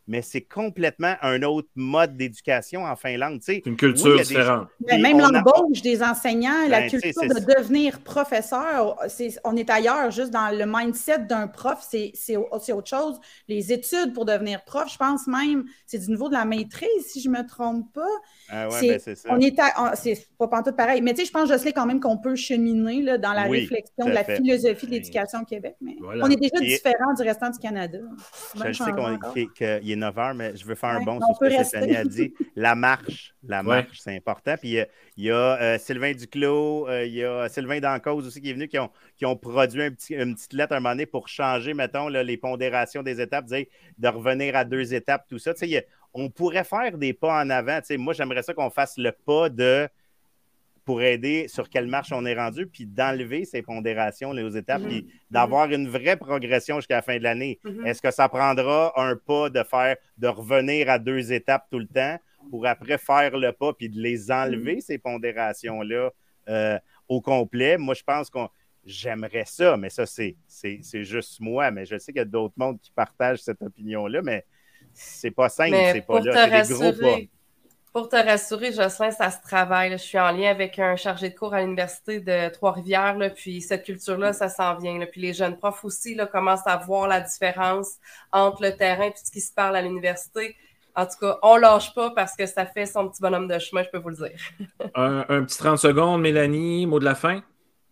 mais c'est complètement un autre mode d'éducation en Finlande. C'est une culture différente. Même l'embauche des enseignants, la culture de devenir professeur, on est ailleurs, juste dans le mindset d'un prof, c'est autre chose. Les études pour devenir prof, je pense même, c'est du niveau de la maîtrise, si je ne me trompe pas. C'est ça. C'est pas pantoute pareil. Mais tu sais, je pense, Jocelyne, quand même qu'on peut cheminer là, dans la réflexion de la philosophie de l'éducation au Québec. Mais on est déjà différent du restant du Canada. Je sais qu'il est 9 heures, mais je veux faire un bond sur ce que Stéphanie a dit. La marche, c'est important. Puis il y a Sylvain Duclos, il y a Sylvain Dancause aussi qui est venu, qui ont produit une petite lettre à un moment donné pour changer, mettons, là, les pondérations des étapes, dire de revenir à 2 étapes, tout ça. On pourrait faire des pas en avant. Moi, j'aimerais ça qu'on fasse le pas pour aider sur quelle marche on est rendu, puis d'enlever ces pondérations aux étapes, puis d'avoir une vraie progression jusqu'à la fin de l'année. Est-ce que ça prendra un pas de revenir à 2 étapes tout le temps pour après faire le pas, puis de les enlever, ces pondérations-là, au complet? Moi, je pense j'aimerais ça, mais ça, c'est juste moi, mais je sais qu'il y a d'autres mondes qui partagent cette opinion-là, mais c'est pas simple, c'est pas là, c'est des gros pas. Pour te rassurer, Jocelyne, ça se travaille. Je suis en lien avec un chargé de cours à l'Université de Trois-Rivières, puis cette culture-là, ça s'en vient. Puis les jeunes profs aussi commencent à voir la différence entre le terrain et ce qui se parle à l'université. En tout cas, on lâche pas parce que ça fait son petit bonhomme de chemin, je peux vous le dire. un petit 30 secondes, Mélanie, mot de la fin?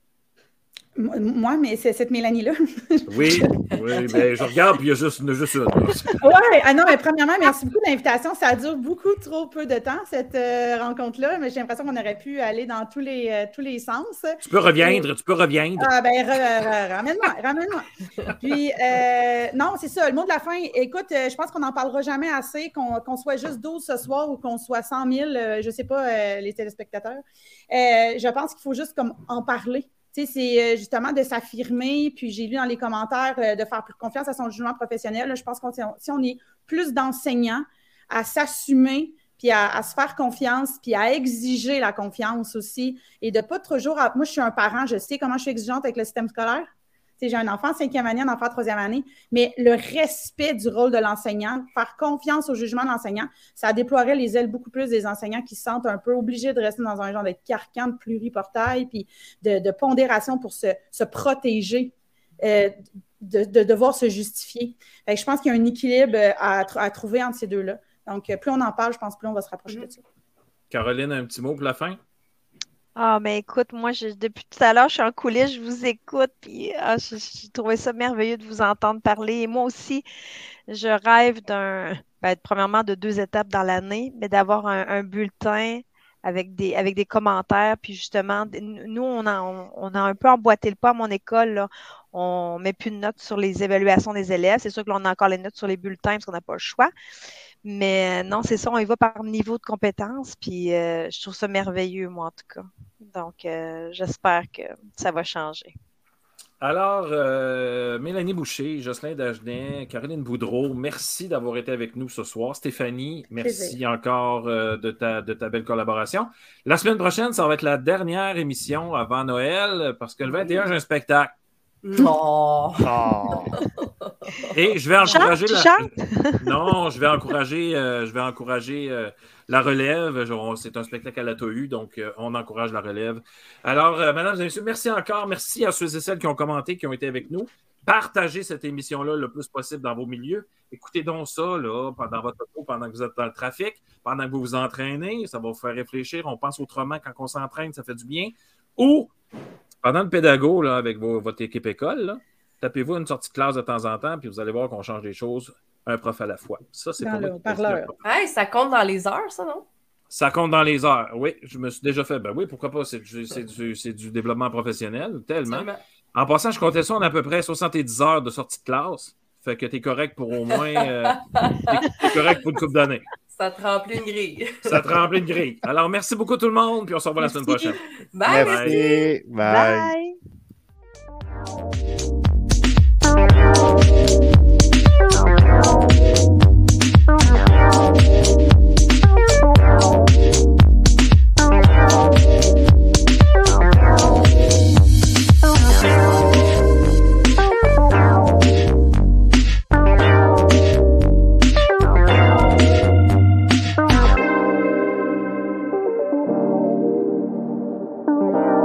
Moi, mais c'est cette Mélanie-là. Oui, mais je regarde, puis il y a juste une. Oui, non, mais premièrement, merci beaucoup de l'invitation. Ça dure beaucoup trop peu de temps, cette rencontre-là, mais j'ai l'impression qu'on aurait pu aller dans tous les sens. Tu peux reviendre. Ah, ben, ramène-moi. Puis, non, c'est ça, le mot de la fin. Écoute, je pense qu'on n'en parlera jamais assez, qu'on soit juste 12 ce soir ou qu'on soit 100 000, je ne sais pas, les téléspectateurs. Je pense qu'il faut juste en parler. Tu sais, c'est justement de s'affirmer, puis j'ai lu dans les commentaires de faire plus confiance à son jugement professionnel. Là, je pense que si on est plus d'enseignants à s'assumer, puis à se faire confiance, puis à exiger la confiance aussi, et de pas toujours... Moi, je suis un parent, je sais comment je suis exigeante avec le système scolaire. Tu sais, j'ai un enfant 5e année, un enfant 3e année, mais le respect du rôle de l'enseignant, faire confiance au jugement de l'enseignant, ça déploierait les ailes beaucoup plus des enseignants qui se sentent un peu obligés de rester dans un genre de carcan de pluriportail, puis de pondération pour se protéger, de devoir se justifier. Fait que je pense qu'il y a un équilibre à trouver entre ces deux-là. Donc, plus on en parle, je pense plus on va se rapprocher de ça. Caroline, un petit mot pour la fin? Ah, mais écoute, moi, depuis tout à l'heure, je suis en coulisses, je vous écoute, puis j'ai trouvé ça merveilleux de vous entendre parler. Et moi aussi, je rêve premièrement de 2 étapes dans l'année, mais d'avoir un bulletin avec des commentaires. Puis justement, nous, on a un peu emboîté le pas à mon école, là. On ne met plus de notes sur les évaluations des élèves. C'est sûr que là, on a encore les notes sur les bulletins parce qu'on n'a pas le choix. Mais non, c'est ça, on y va par niveau de compétence, puis je trouve ça merveilleux, moi, en tout cas. Donc, j'espère que ça va changer. Alors, Mélanie Boucher, Jocelyne Dagenet, Caroline Boudreau, merci d'avoir été avec nous ce soir. Stéphanie, merci encore de ta belle collaboration. La semaine prochaine, ça va être la dernière émission avant Noël, parce que le 21, j'ai un spectacle. Non. Et je vais encourager Non, je vais encourager la relève. C'est un spectacle à la TOU, donc on encourage la relève. Alors, mesdames et messieurs, merci encore. Merci à ceux et celles qui ont commenté, qui ont été avec nous. Partagez cette émission-là le plus possible dans vos milieux. Écoutez donc ça là, pendant votre auto, pendant que vous êtes dans le trafic, pendant que vous vous entraînez. Ça va vous faire réfléchir. On pense autrement quand on s'entraîne, ça fait du bien. Ou pendant le pédago, là, avec votre équipe école, là, tapez-vous une sortie de classe de temps en temps, puis vous allez voir qu'on change les choses un prof à la fois. Ça, c'est pour moi. Par l'heure. Hey, ça compte dans les heures, ça, non? Ça compte dans les heures. Oui, je me suis déjà fait. Ben oui, pourquoi pas? C'est du développement professionnel, tellement. Absolument. En passant, je comptais ça, on a à peu près 70 heures de sortie de classe. Fait que t'es correct pour au moins... t'es correct pour une couple d'années. Ça te remplit une grille. Ça te remplit une grille. Alors, merci beaucoup tout le monde, puis on se revoit la semaine prochaine. Bye! Merci. Bye!